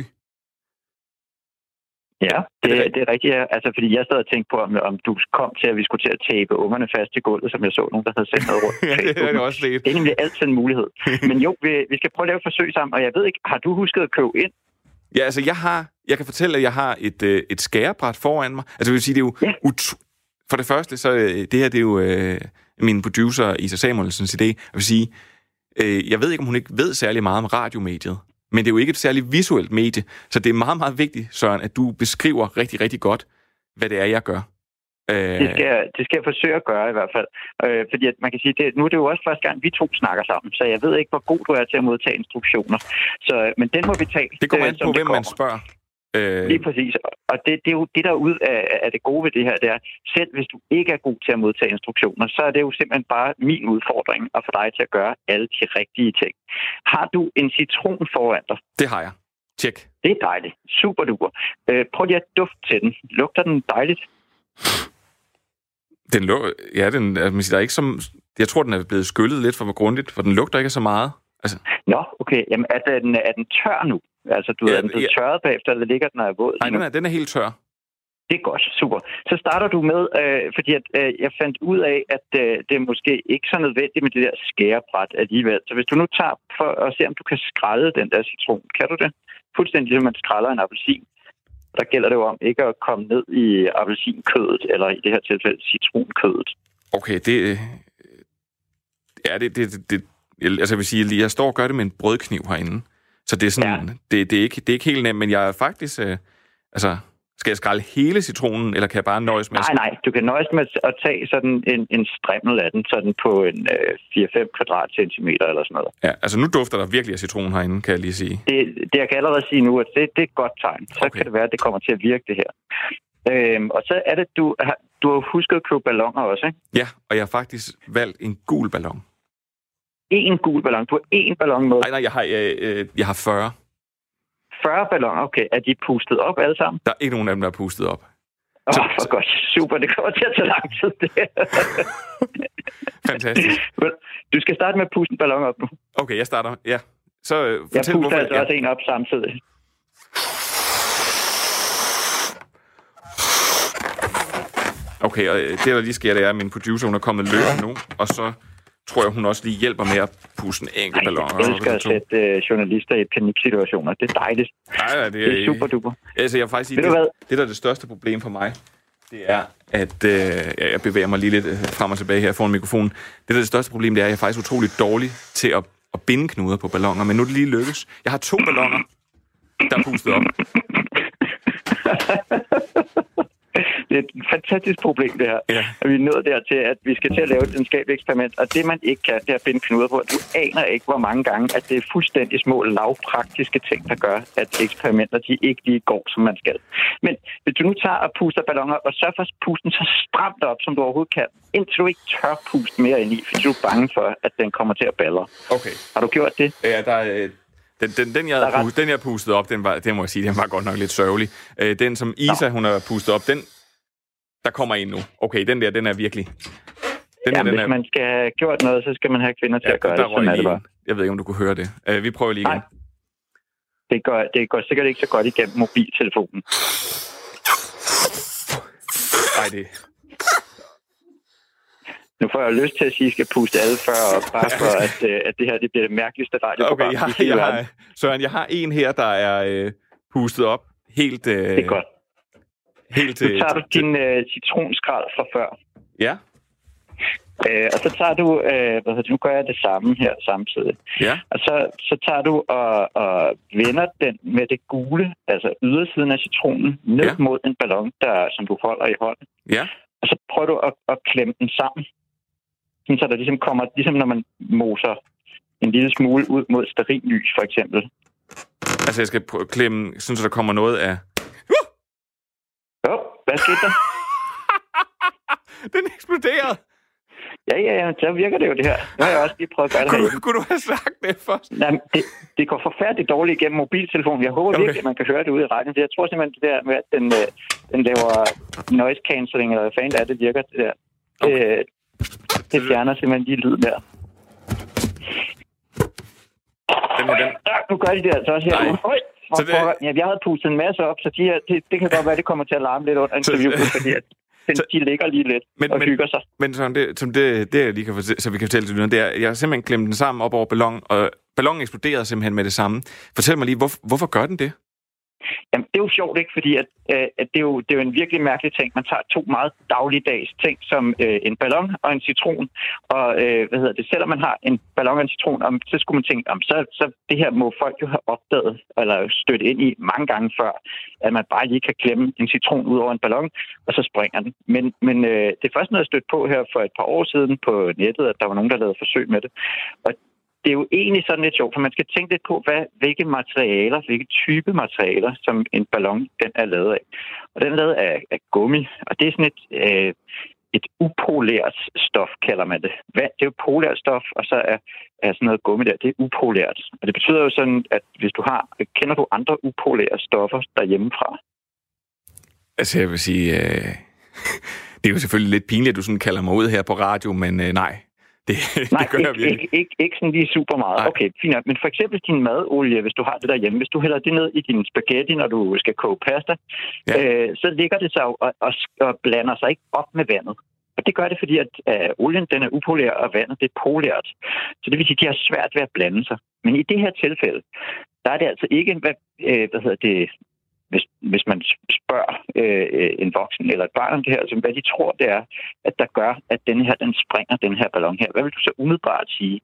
Ja, det, det, det er rigtigt. Ja. Altså, fordi jeg stadig tænkte på, om, om du kom til, at vi skulle til at tape ungerne fast til gulvet, som jeg så nogen, der havde sendt noget rundt. Ja, det er det også lidt. Det er nemlig altid en mulighed. Men jo, vi, vi skal prøve at lave et forsøg sammen, og jeg ved ikke, har du husket at købe ind? Ja, altså jeg har, jeg kan fortælle, at jeg har et, øh, et skærebræt foran mig. Altså det vil sige, det er jo, ja. ut- for det første, så det her, det er jo øh, min producer, Isa Samuelsens idé. Jeg vil sige, øh, jeg ved ikke, om hun ikke ved særlig meget om radiomediet, men det er jo ikke et særligt visuelt medie, så det er meget, meget vigtigt, Søren, at du beskriver rigtig, rigtig godt, hvad det er, jeg gør. Øh... Det, skal, det skal jeg forsøge at gøre i hvert fald. Øh, fordi at man kan sige, det, nu er det jo også første gang, vi to snakker sammen, så jeg ved ikke, hvor god du er til at modtage instruktioner. Så, men den må vi tage. Det kommer an på, hvem man spørger. Øh... Lige præcis. Og det, det er jo det, der er ud af, af det gode ved det her, det er, selv hvis du ikke er god til at modtage instruktioner, så er det jo simpelthen bare min udfordring at få dig til at gøre alle de rigtige ting. Har du en citron foran dig? Det har jeg. Tjek. Det er dejligt. Super duper. Øh, prøv lige at dufte til den. Lugter den dejligt? Den lugter... Ja, den, altså, der er ikke som... Jeg tror, den er blevet skyllet lidt for grundigt, for den lugter ikke så meget. Altså... Nå, okay. Jamen, er den, er den tør nu? Altså, du ja, er den blevet ja. tørret bagefter, eller ligger den og er våd? Nej, den er, den er helt tør. Det er godt, super. Så starter du med, øh, fordi at, øh, jeg fandt ud af, at øh, det er måske ikke så nødvendigt med det der skærebræt alligevel. Så hvis du nu tager for at se, om du kan skrælle den der citron, kan du det? Fuldstændig ligesom man skræller en appelsin. Der gælder det jo om ikke at komme ned i appelsinkødet, eller i det her tilfælde citronkødet. Okay, det... Ja, det... det, det altså, jeg vil sige, jeg står og gør det med en brødkniv herinde. Så det er sådan... Ja. Det, det, er ikke, det er ikke helt nemt, men jeg er faktisk... Øh, altså... Skal jeg skrælle hele citronen, eller kan jeg bare nøjes med... Nej, nej. Du kan nøjes med at tage sådan en, en strimmel af den, sådan på en øh, fire til fem kvadratcentimeter eller sådan noget. Ja, altså nu dufter der virkelig af citron herinde, kan jeg lige sige. Det, det jeg kan allerede sige nu, at det, det er et godt tegn. Så okay. Kan det være, at det kommer til at virke, det her. Øhm, og så er det, du har, du har husket at købe balloner også, ikke? Ja, og jeg har faktisk valgt en gul ballon. En gul ballon? Du har én ballon med? Nej, nej, jeg har, jeg, jeg, jeg har fyrre. fyrre balloner, okay. Er de pustet op alle sammen? Der er ikke nogen af dem, der er pustet op. Åh, oh, for godt. Super, det kommer til at tage lang tid, det Fantastisk. Du skal starte med at puste en ballon op nu. Okay, jeg starter. Ja. Så øh, jeg fortæl, puster hvorfor... altså Ja. også en op samtidig. Okay, og det, der lige sker, det er, at min producer, hun er kommet løbende nu, og så tror jeg, hun også lige hjælper med at puste en enkelt ballon. Jeg elsker at sætte øh, journalister i paniksituationer. Det er dejligt. Nej, ja, det, det er super duper. Altså, jeg vil faktisk sige, det, det, der er det største problem for mig, det er, at øh, jeg bevæger mig lige lidt frem og tilbage her foran mikrofonen. Det, der er det største problem, det er, at jeg er faktisk utrolig dårlig til at, at binde knuder på balloner, men nu er det lige lykkes. Jeg har to balloner, der er pustet op. Det er et fantastisk problem, det her. Ja. Og vi er nået dertil, at vi skal til at lave et videnskabeligt eksperiment, og det, man ikke kan, det er at binde knuder på. Du aner ikke, hvor mange gange, at det er fuldstændig små, lavpraktiske ting, der gør, at eksperimenter, de ikke lige går, som man skal. Men hvis du nu tager og puster balloner, og sørger for at puste den så stramt op, som du overhovedet kan, indtil du ikke tør puste mere ind i, fordi du er bange for, at den kommer til at balle. Okay. Har du gjort det? Ja, der er... Den, den, den, jeg ret... pustet, den, jeg pustede op, den, var, den må jeg sige, den var godt nok lidt sørgelig. Øh, den, som Isa, hun har pustet op, den, der kommer en nu. Okay, den der, den er virkelig... Den Jamen, der, den hvis er... man skal have gjort noget, så skal man have kvinder til ja, at gøre det. Sådan er det bare. Jeg ved ikke, om du kunne høre det. Uh, vi prøver lige igen. Nej. Det går, det går sikkert ikke så godt igennem mobiltelefonen. Nej, det... Nu får jeg lyst til at sige, at I skal puste alle før, og bare for, at, at det her det bliver det mærkeligste radioprogram. Okay, jeg, jeg har, Søren, jeg har en her, der er øh, pustet op helt... Øh, det er godt. Helt, nu tager du din øh, citronskrald fra før. Ja. Øh, og så tager du... Øh, hvad hedder, nu gør jeg det samme her samtidig. Ja. Og så, så tager du og, og vender den med det gule, altså ydersiden af citronen, ned ja. mod en ballon, der, som du holder i hånden. Ja. Og så prøver du at, at klemme den sammen. Så der ligesom kommer, ligesom når man moser en lille smule ud mod stearinlys, for eksempel. Altså, jeg skal prøve at klemme, sådan så der kommer noget af... Uh! Jo, hvad skete der? Den eksploderede! Ja, ja, ja, så virker det jo det her. Nu har jeg også lige prøvet at gøre det kunne, her. Kunne du have sagt det først? Nej, det, det går forfærdeligt dårligt igennem mobiltelefonen. Jeg håber okay. virkelig, at man kan høre det ude i radioen. Jeg tror simpelthen, det der med, at den, den laver noise cancelling, eller hvad fanden det er, det virker det der. Okay. Det, det fjerner simpelthen lige lyden der. Den er den. Ja, nu gør de det altså også her. Øj, så det... Ja, jeg havde pustet en masse op, så de her, det, det kan godt være, at det kommer til at larme lidt under interviewet, så... fordi at den, de ligger lige lidt men, og men, hygger sig. Men sådan, det, som det, det jeg lige kan fortælle, så vi kan fortælle til lytterne, det er, jeg har simpelthen klemt den sammen op over ballonen, og ballonen eksploderede simpelthen med det samme. Fortæl mig lige, hvor, hvorfor gør den det? Jamen, det er jo sjovt, ikke? Fordi at, øh, at det, er jo, det er jo en virkelig mærkelig ting. Man tager to meget dagligdags ting, som øh, en ballon og en citron. Og øh, hvad hedder det? Selvom man har en ballon og en citron, om, så skulle man tænke, om, så, så det her må folk jo have opdaget, eller stødt ind i mange gange før, at man bare lige kan klemme en citron ud over en ballon, og så springer den. Men, men øh, det er først noget, jeg stødt på her for et par år siden på nettet, at der var nogen, der lavede forsøg med det. Og det er jo egentlig sådan lidt sjovt, for man skal tænke lidt på, hvad, hvilke materialer, hvilke type materialer, som en ballon den er lavet af. Og den er lavet af, af gummi, og det er sådan et, øh, et upolært stof, kalder man det. Vand, det er jo polært stof, og så er, er sådan noget gummi der, det er upolært. Og det betyder jo sådan, at hvis du har, kender du andre upolære stoffer derhjemmefra? Altså, jeg vil sige, øh, det er jo selvfølgelig lidt pinligt, at du sådan kalder mig ud her på radio, men øh, nej. Det, Nej, det gør ikke, jeg virkelig. ikke, ikke, ikke sådan lige super meget. Nej. Okay, fint. Men for eksempel din madolie, hvis du har det derhjemme, hvis du hælder det ned i din spaghetti, når du skal koge pasta, ja. øh, så ligger det sig og, og, og blander sig ikke op med vandet. Og det gør det, fordi at øh, olien den er upolær, og vandet det er polært. Så det vil sige, at de har svært ved at blande sig. Men i det her tilfælde, der er det altså ikke, hvad, øh, hvad hedder det... Hvis, hvis man spørger øh, en voksen eller et barn om det her, altså, hvad de tror, det er, at der gør, at den her, den springer den her ballon her. Hvad vil du så umiddelbart sige?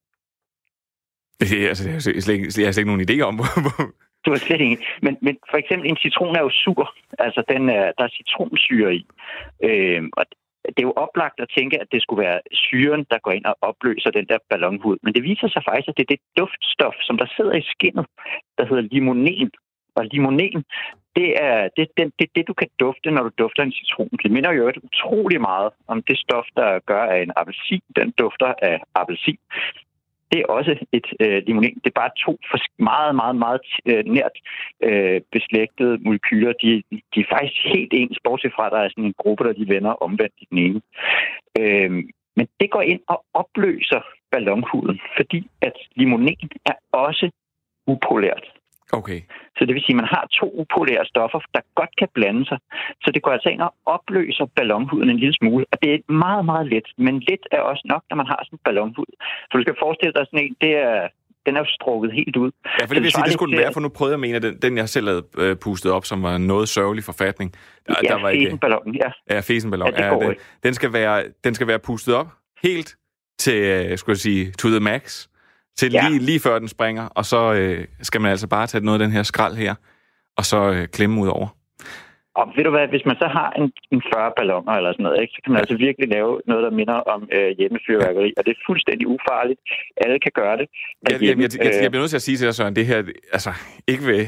Det, altså, jeg, har slet ikke, jeg har slet ikke nogen idé om. Du har slet ikke. Men, men for eksempel en citron er jo sur. Altså, den er, der er citronsyre i. Øh, og det er jo oplagt at tænke, at det skulle være syren, der går ind og opløser den der ballonhud. Men det viser sig faktisk, at det er det duftstof, som der sidder i skindet, der hedder limonen. Og limonen, det er det, det, det, det, du kan dufte, når du dufter en citron. Det minder jo utrolig meget om det stof, der gør, at en appelsin, den dufter af appelsin. Det er også et øh, limonen. Det er bare to meget, meget, meget øh, nært øh, beslægtede molekyler. De, de er faktisk helt ens, bortset fra, at der er sådan en gruppe, der de vender omvendt i den ene. Øh, Men det går ind og opløser ballonhuden, fordi at limonen er også upolært. Okay. Så det vil sige, at man har to upolære stoffer, der godt kan blande sig. Så det går altså ind og opløser ballonhuden en lille smule. Og det er meget, meget let. Men let er også nok, når man har sådan en ballonhud. Så du skal forestille dig sådan en, det er, den er jo strukket helt ud. Ja, for det vil sige, det skulle den være, for nu prøvede jeg at mene, at den, den jeg selv havde øh, pustet op, som var noget sørgelig forfatning. Der, ja, der var ikke... fesenballonen, ja. Ja, fesenballon. Ja, det ja, den, den, skal være, den skal være pustet op helt til, øh, skulle jeg sige, to the max. Til ja. lige, lige før den springer, og så øh, skal man altså bare tage noget af den her skrald her, og så øh, klemme ud over. Og ved du hvad, hvis man så har en, en fyrre balloner eller sådan noget, ikke, så kan man ja. altså virkelig lave noget, der minder om øh, hjemmefyrværkeri, ja. og det er fuldstændig ufarligt. Alle kan gøre det. Jeg, jeg, jeg, jeg, jeg bliver nødt til at sige til dig, Søren, det her, altså, ikke ved...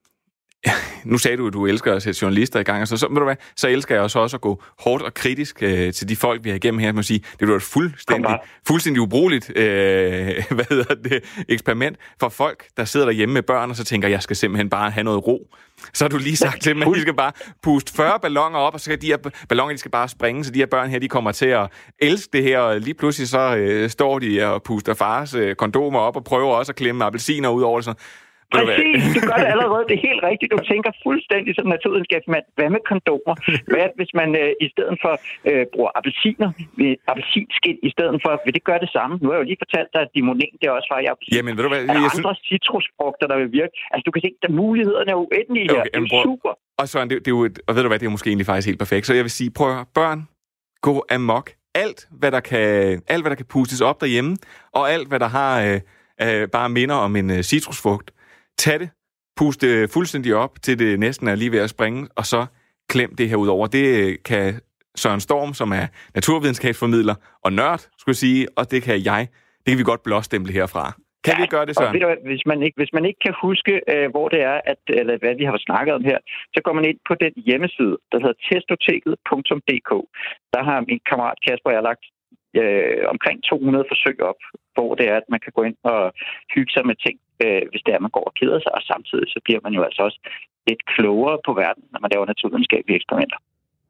Nu sagde du, at du elsker at sætte journalister i gang, og så, så, ved du hvad, så elsker jeg også, også at gå hårdt og kritisk øh, til de folk, vi har igennem her. Man sige, det er jo et fuldstændig, fuldstændig ubrugeligt øh, hvad hedder det, eksperiment for folk, der sidder derhjemme med børn, og så tænker, jeg skal simpelthen bare have noget ro. Så har du lige sagt til dem, at de skal bare puste fyrre balloner op, og så skal de her balloner, de skal bare springe, så de her børn her, de kommer til at elske det her, og lige pludselig så øh, står de og puster fars øh, kondomer op, og prøver også at klemme appelsiner ud over det sådan. Præcis, du gør det allerede. Det er helt rigtigt. Du tænker fuldstændig som naturvidenskabsmand. Hvad med kondomer? Hvad hvis man øh, i stedet for øh, bruger appelsiner, appelsinskind i stedet for, vil det gøre det samme? Nu har jeg jo lige fortalt dig, at limonen, det er også fra i appelsin. Jamen, ved du hvad? Er der jeg andre synes... citrusfrugter, der vil virke? Altså, du kan se, at mulighederne er uendelige her. Okay, det er jo super. Og Søren, det, det er jo et, og ved du hvad, det er måske egentlig faktisk helt perfekt. Så jeg vil sige, prøv at børn, gå amok. Alt, hvad der kan, alt, hvad der kan pustes op derhjemme, og alt, hvad der har øh, øh, bare minder om en øh, citrusfrugt, tag det, pust det fuldstændig op, til det næsten er lige ved at springe, og så klem det her ud over. Det kan Søren Storm, som er naturvidenskabsformidler og nørd, skulle jeg sige, og det kan jeg. Det kan vi godt blåstemple herfra. Kan ja, vi gøre det, Søren? Ved du, hvis, man ikke, hvis man ikke kan huske, øh, hvor det er, at, eller hvad vi har snakket om her, så går man ind på den hjemmeside, der hedder testoteket punktum d k. Der har min kammerat Kasper og jeg lagt øh, omkring to hundrede forsøg op, hvor det er, at man kan gå ind og hygge sig med ting, øh, hvis det er, man går og keder sig, og samtidig så bliver man jo altså også lidt klogere på verden, når man laver naturvidenskabelige eksperimenter.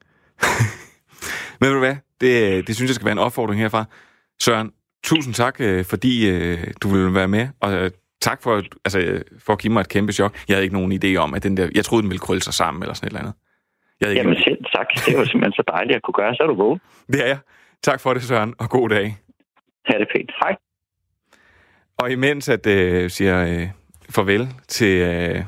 Men ved du hvad? Det, det synes jeg skal være en opfordring herfra. Søren, tusind tak, øh, fordi øh, du ville være med, og øh, tak for, altså, for at give mig et kæmpe chok. Jeg havde ikke nogen idé om, at den der, jeg troede, den ville krølle sig sammen, eller sådan et eller andet. Jeg havde Jamen ikke selv tak. Det er jo simpelthen så dejligt at kunne gøre. Så er du vågen. Det er jeg. Tak for det, Søren, og god dag. Ha' det pænt. Hej. Og imens at øh, siger øh, farvel til øh,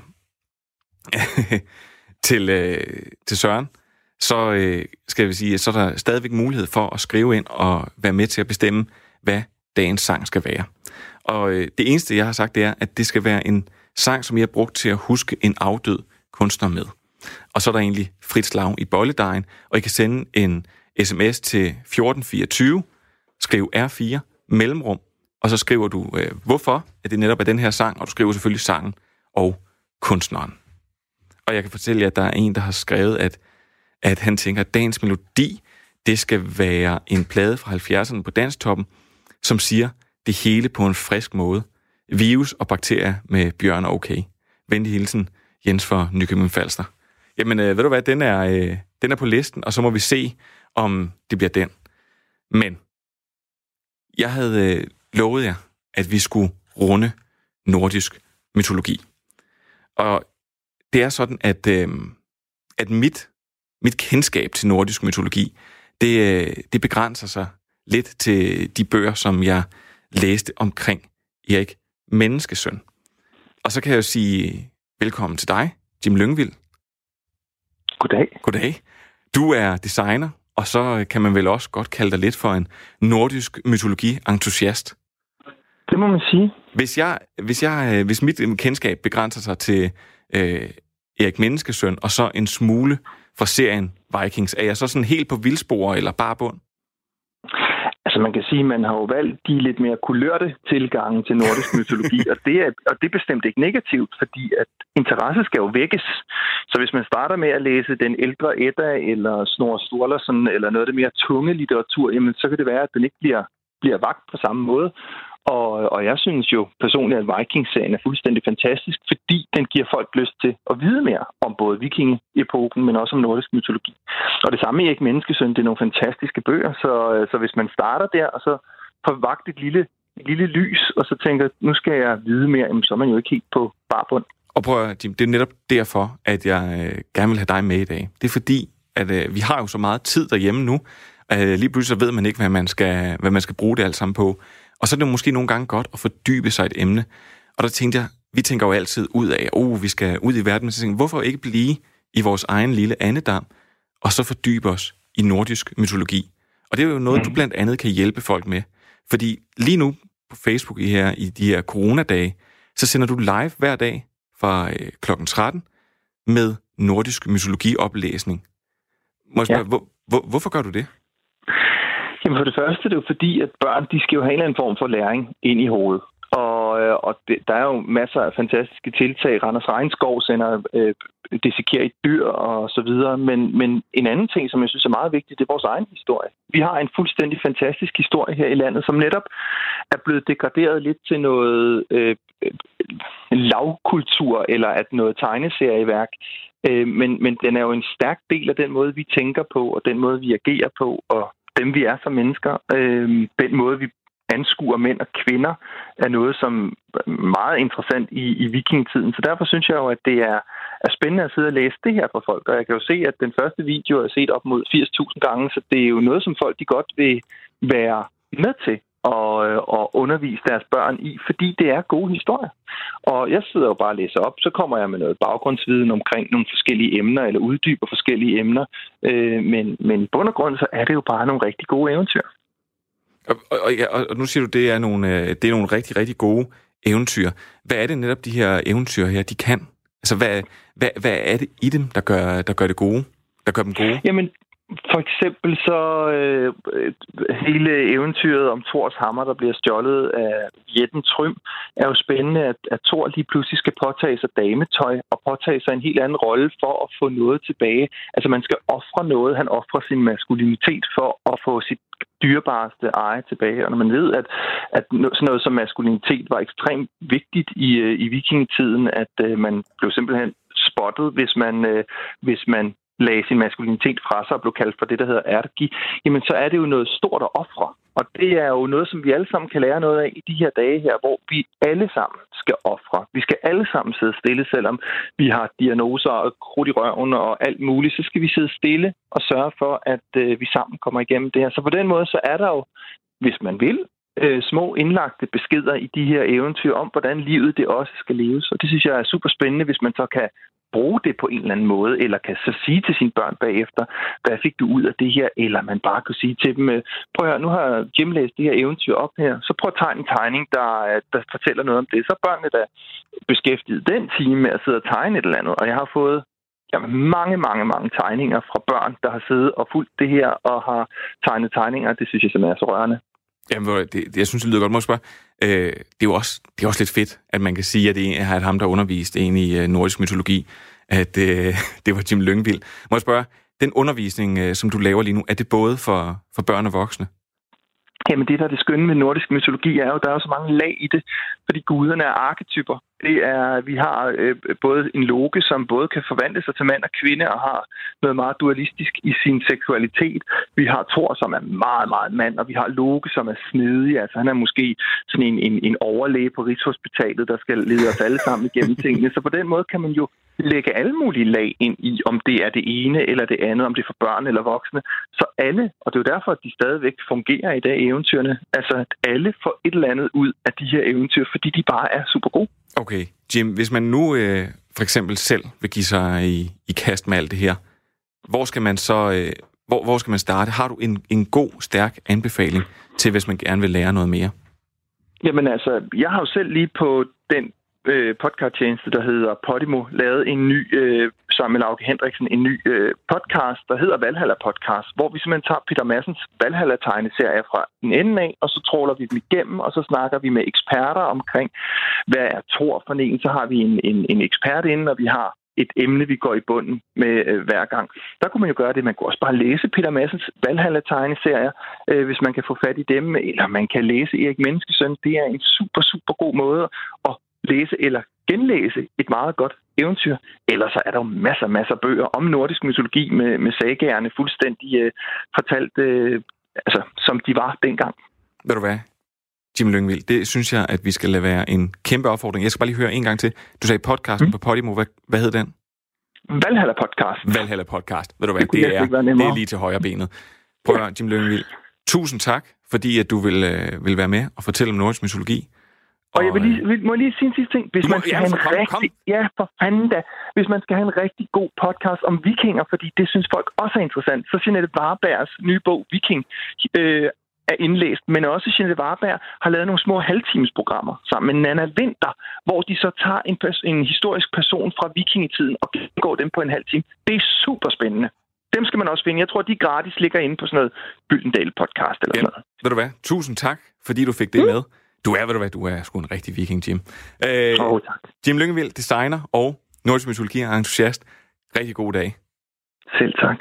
til øh, til Søren, så øh, skal vi sige, så er der stadigvæk mulighed for at skrive ind og være med til at bestemme, hvad dagens sang skal være. Og øh, det eneste, jeg har sagt, det er, at det skal være en sang, som jeg har brugt til at huske en afdød kunstner med. Og så er der egentlig frit slag i bolledejen, og I kan sende en sms til fjorten fireogtyve, skriv R fire, mellemrum, og så skriver du, øh, hvorfor at det netop er den her sang, og du skriver selvfølgelig sangen og kunstneren. Og jeg kan fortælle jer, at der er en, der har skrevet, at, at han tænker, at dagens melodi, det skal være en plade fra halvfjerdserne på Danstoppen, som siger det hele på en frisk måde. Virus og bakterier med Bjørn og okay. Venlig hilsen, Jens fra Nykøbing Falster. Jamen, øh, ved du hvad, den er, øh, den er på listen, og så må vi se, om det bliver den. Men jeg havde øh, lovet jer, at vi skulle runde nordisk mytologi. Og det er sådan, at, øh, at mit, mit kendskab til nordisk mytologi, det, øh, det begrænser sig lidt til de bøger, som jeg læste omkring Erik Menneskesøn. Og så kan jeg jo sige velkommen til dig, Jim Lyngvild. Goddag. Goddag. Du er designer, og så kan man vel også godt kalde dig lidt for en nordisk mytologi-entusiast. Det må man sige. Hvis, jeg, hvis, jeg, hvis mit kendskab begrænser sig til øh, Erik Menneskesøn, og så en smule fra serien Vikings, er jeg så sådan helt på vildspor eller bare bund? Altså man kan sige, at man har jo valgt de lidt mere kulørte tilgange til nordisk mytologi, og det, er, og det er bestemt ikke negativt, fordi at interesse skal jo vækkes. Så hvis man starter med at læse den ældre Edda, eller Snorre Sturlason, eller noget af det mere tunge litteratur, jamen så kan det være, at den ikke bliver, bliver vagt på samme måde. Og, og jeg synes jo personligt, at Vikings-serien er fuldstændig fantastisk, fordi den giver folk lyst til at vide mere om både vikingeepoken, men også om nordisk mytologi. Og det samme med Erik Menneskesøn, det er nogle fantastiske bøger, så, så hvis man starter der, og så får vagt et lille, et lille lys, og så tænker, nu skal jeg vide mere, jamen, så er man jo ikke helt på barbund. Og prøv at, Jim, det er netop derfor, at jeg øh, gerne vil have dig med i dag. Det er fordi, at øh, vi har jo så meget tid derhjemme nu, at øh, lige pludselig så ved man ikke, hvad man, skal, hvad man skal bruge det alt sammen på. Og så er det jo måske nogle gange godt at fordybe sig et emne. Og der tænkte jeg, vi tænker jo altid ud af, oh, vi skal ud i verden, men så tænker jeg, hvorfor ikke blive i vores egen lille andedam, og så fordybe os i nordisk mytologi? Og det er jo noget, du blandt andet kan hjælpe folk med. Fordi lige nu på Facebook i, her, i de her coronadage, så sender du live hver dag fra øh, klokken tretten med nordisk mytologioplæsning. Må jeg spørge, ja. hvor, hvor, hvorfor gør du det? Jamen for det første er det jo fordi, at børn de skal jo have en eller anden form for læring ind i hovedet. Og, og det, der er jo masser af fantastiske tiltag. Randers Regnskov sender øh, dissekerer et dyr og så videre. Men, men en anden ting, som jeg synes er meget vigtigt, det er vores egen historie. Vi har en fuldstændig fantastisk historie her i landet, som netop er blevet degraderet lidt til noget øh, lavkultur eller at noget tegneserieværk. Øh, men, men den er jo en stærk del af den måde, vi tænker på, og den måde, vi agerer på, og dem, vi er som mennesker. Øh, den måde, vi anskuer mænd og kvinder, er noget, som er meget interessant i, i vikingetiden. Så derfor synes jeg jo, at det er, er spændende at sidde og læse det her for folk. Og jeg kan jo se, at den første video er set op mod firs tusind gange, så det er jo noget, som folk de godt vil være med til og, og undervise deres børn i, fordi det er gode historier. Og jeg sidder jo bare og læser op, så kommer jeg med noget baggrundsviden omkring nogle forskellige emner, eller uddyber forskellige emner. Øh, men, men i bund og grund, så er det jo bare nogle rigtig gode eventyr. Og, og, og, og nu siger du, det er nogle, det er nogle rigtig, rigtig gode eventyr. Hvad er det netop, de her eventyr her, de kan? Altså, hvad, hvad, hvad er det i dem, der gør, der gør det gode? Der gør dem gode? Jamen, for eksempel så øh, hele eventyret om Thors hammer, der bliver stjålet af jætten Trym, er jo spændende, at, at Thor lige pludselig skal påtage sig dametøj og påtage sig en helt anden rolle for at få noget tilbage. Altså man skal ofre noget. Han ofrer sin maskulinitet for at få sit dyrebareste eje tilbage. Og når man ved, at, at sådan noget som maskulinitet var ekstremt vigtigt i, i vikingetiden, at øh, man blev simpelthen spottet, hvis man, øh, hvis man lagde sin maskulinitet fra sig og blev kaldt for det, der hedder ergi, jamen så er det jo noget stort at ofre. Og det er jo noget, som vi alle sammen kan lære noget af i de her dage her, hvor vi alle sammen skal ofre. Vi skal alle sammen sidde stille, selvom vi har diagnoser og krudt i røven og alt muligt. Så skal vi sidde stille og sørge for, at øh, vi sammen kommer igennem det her. Så på den måde, så er der jo, hvis man vil, øh, små indlagte beskeder i de her eventyr om, hvordan livet det også skal leves. Og det synes jeg er super spændende, hvis man så kan bruge det på en eller anden måde, eller kan så sige til sine børn bagefter, hvad fik du ud af det her, eller man bare kan sige til dem, prøv at høre, nu har Jim læst det her eventyr op her, så prøv at tegne en tegning, der, der fortæller noget om det. Så er børnene der beskæftiget den time med at sidde og tegne et eller andet, og jeg har fået jamen, mange, mange, mange tegninger fra børn, der har siddet og fulgt det her, og har tegnet tegninger. Det synes jeg simpelthen er så rørende. Jamen, det, jeg synes, det lyder godt. Må jeg spørge? Øh, det, er jo også, det er også lidt fedt, at man kan sige, at det er ham, der undervist en i uh, nordisk mytologi, at uh, det var Jim Lyngvild. Må jeg spørge, den undervisning, uh, som du laver lige nu, er det både for, for børn og voksne? Jamen det, der er det skønne med nordisk mytologi, er jo, der er jo så mange lag i det, fordi guderne er arketyper. Det er, vi har øh, både en Loke, som både kan forvandle sig til mand og kvinde, og har noget meget dualistisk i sin seksualitet. Vi har Thor, som er meget, meget mand, og vi har Loke, som er snedig. Altså han er måske sådan en, en, en overlæge på Rigshospitalet, der skal lede os alle sammen igennem tingene. Så på den måde kan man jo lægge alle mulige lag ind i, om det er det ene eller det andet, om det er for børn eller voksne. Så alle, og det er jo derfor, at de stadigvæk fungerer i dag, eventyrene, altså at alle får et eller andet ud af de her eventyr, fordi de bare er super gode. Okay, Jim, hvis man nu øh, for eksempel selv vil give sig i, i kast med alt det her, hvor skal man så øh, hvor, hvor skal man starte? Har du en, en god, stærk anbefaling til, hvis man gerne vil lære noget mere? Jamen altså, jeg har jo selv lige på den øh, podcasttjeneste, der hedder Podimo, lavet en ny, øh, sammen med Lauke Hendriksen, en ny øh, podcast, der hedder Valhalla Podcast, hvor vi simpelthen tager Peter Madsens Valhalla-tegneserie fra en ende af, og så tråler vi dem igennem, og så snakker vi med eksperter omkring, hvad er Thor for en. Så har vi en, en, en ekspert inde, og vi har et emne, vi går i bunden med øh, hver gang. Der kunne man jo gøre det. Man kunne også bare læse Peter Madsens Valhalla-tegneserier, øh, hvis man kan få fat i dem, eller man kan læse Erik Menneskesøn. Det er en super, super god måde at læse eller genlæse et meget godt eventyr. Ellers så er der jo masser, masser af bøger om nordisk mytologi med, med sagagerne fuldstændig øh, fortalt, øh, altså, som de var dengang. Ved du hvad? Jim Lyngvild, det synes jeg, at vi skal lade være en kæmpe opfordring. Jeg skal bare lige høre en gang til. Du sagde podcasten mm. på Podimo. Hvad, hvad hed den? Valhalla Podcast. Valhalla Podcast. Ved du hvad, det, det, er, det er lige til højre benet. Prøv at høre, Jim Lyngvild. Tusind tak, fordi at du vil, øh, vil være med og fortælle om nordisk mytologi. Og jeg vil lige, vil, må jeg lige sige en sidste ting. Hvis må, man skal ja, have en kom, rigtig, kom. ja, for fanden da. Hvis man skal have en rigtig god podcast om vikinger, fordi det synes folk også er interessant, så Jeanette Varbergs nye bog, Viking, øh, er indlæst. Men også Jeanette Varberg har lavet nogle små halvtimesprogrammer sammen med Nana Winter, hvor de så tager en, pers- en historisk person fra vikingetiden og gennemgår dem på en halv time. Det er super spændende. Dem skal man også finde. Jeg tror, de gratis ligger inde på sådan noget Gyldendal podcast eller ja. sådan noget. Ved du hvad? Tusind tak, fordi du fik det mm. med. Du er, ved du hvad, du er sgu en rigtig viking, Jim. Øh, oh, tak. Jim Lyngvild, designer og nordisk mytologi og entusiast. Rigtig god dag. Selv tak.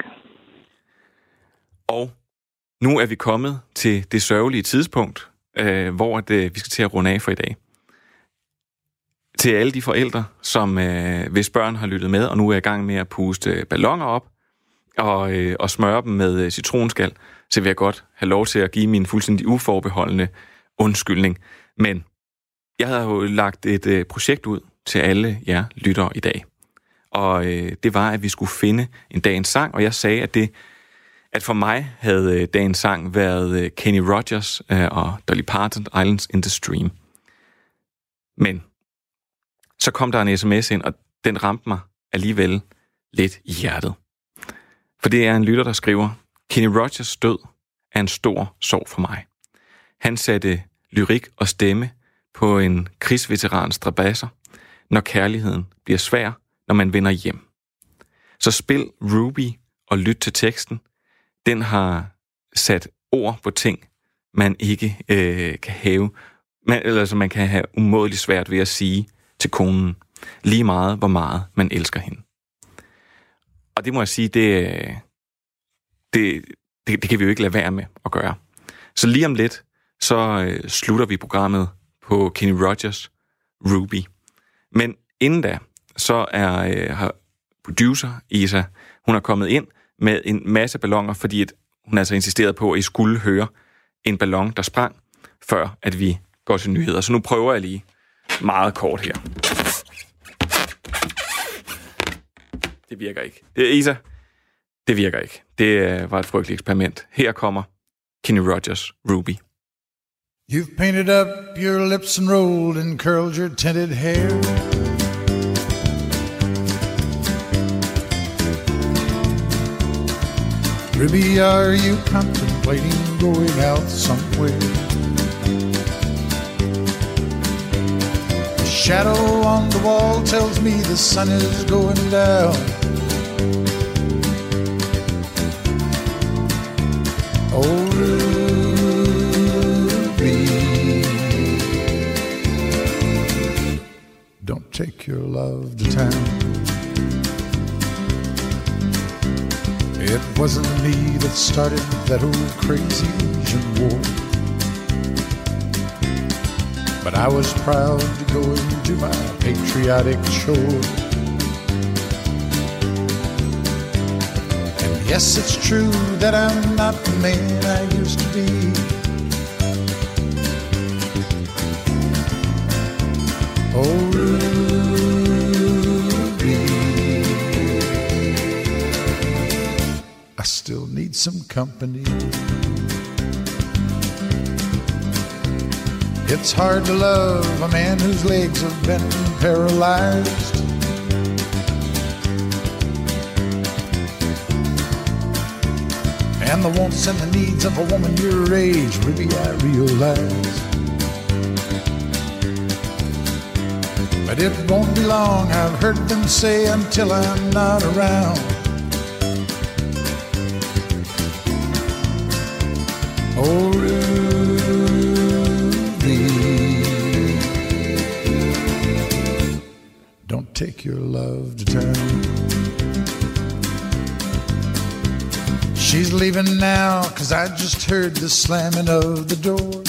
Og nu er vi kommet til det sørgelige tidspunkt, øh, hvor det, vi skal til at runde af for i dag. Til alle de forældre, som øh, hvis børn har lyttet med, og nu er i gang med at puste balloner op, og, øh, og smøre dem med øh, citronskal, så vil jeg godt have lov til at give min fuldstændig uforbeholdende undskyldning. Men jeg havde jo lagt et øh, projekt ud til alle jer lyttere i dag. Og øh, det var, at vi skulle finde en dagens sang, og jeg sagde, at det at for mig havde øh, dagens sang været øh, Kenny Rogers øh, og Dolly Parton, Islands in the Stream. Men så kom der en sms ind, og den ramte mig alligevel lidt i hjertet. For det er en lytter, der skriver, Kenny Rogers død er en stor sorg for mig. Han satte lyrik og stemme på en krigsveterans strabasser, når kærligheden bliver svær, når man vender hjem. Så spil Ruby og lyt til teksten. Den har sat ord på ting, man ikke øh, kan have, man, eller altså man kan have umådeligt svært ved at sige til konen, lige meget, hvor meget man elsker hende. Og det må jeg sige, det, det, det, det kan vi jo ikke lade være med at gøre. Så lige om lidt, så øh, slutter vi programmet på Kenny Rogers Ruby. Men inden da, så er øh, har producer Isa, hun er kommet ind med en masse balloner, fordi at hun altså insisterede på, at I skulle høre en ballon, der sprang, før at vi går til nyheder. Så nu prøver jeg lige meget kort her. Det virker ikke. Det er Isa. Det virker ikke. Det var et frygteligt eksperiment. Her kommer Kenny Rogers Ruby. You've painted up your lips and rolled and curled your tinted hair. Ruby, are you contemplating going out somewhere? The shadow on the wall tells me the sun is going down. Oh, Ruby, don't take your love to town. It wasn't me that started that old crazy Asian war, but I was proud to go and do my patriotic chore. And yes, it's true that I'm not the man I used to be. Oh, I still need some company. It's hard to love a man whose legs have been paralyzed. And the wants and the needs of a woman your age, Ruby, I realize. But it won't be long, I've heard them say, until I'm not around. Oh, Ruby, don't take your love to town. She's leaving now, 'cause I just heard the slamming of the door.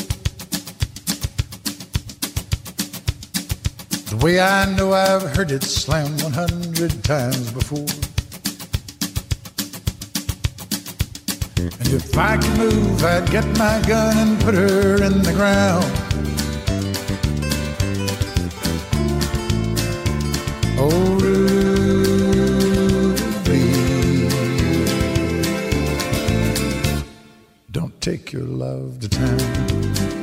The way I know I've heard it slam one hundred times before. And if I could move, I'd get my gun and put her in the ground. Oh, Ruby, don't take your love to town.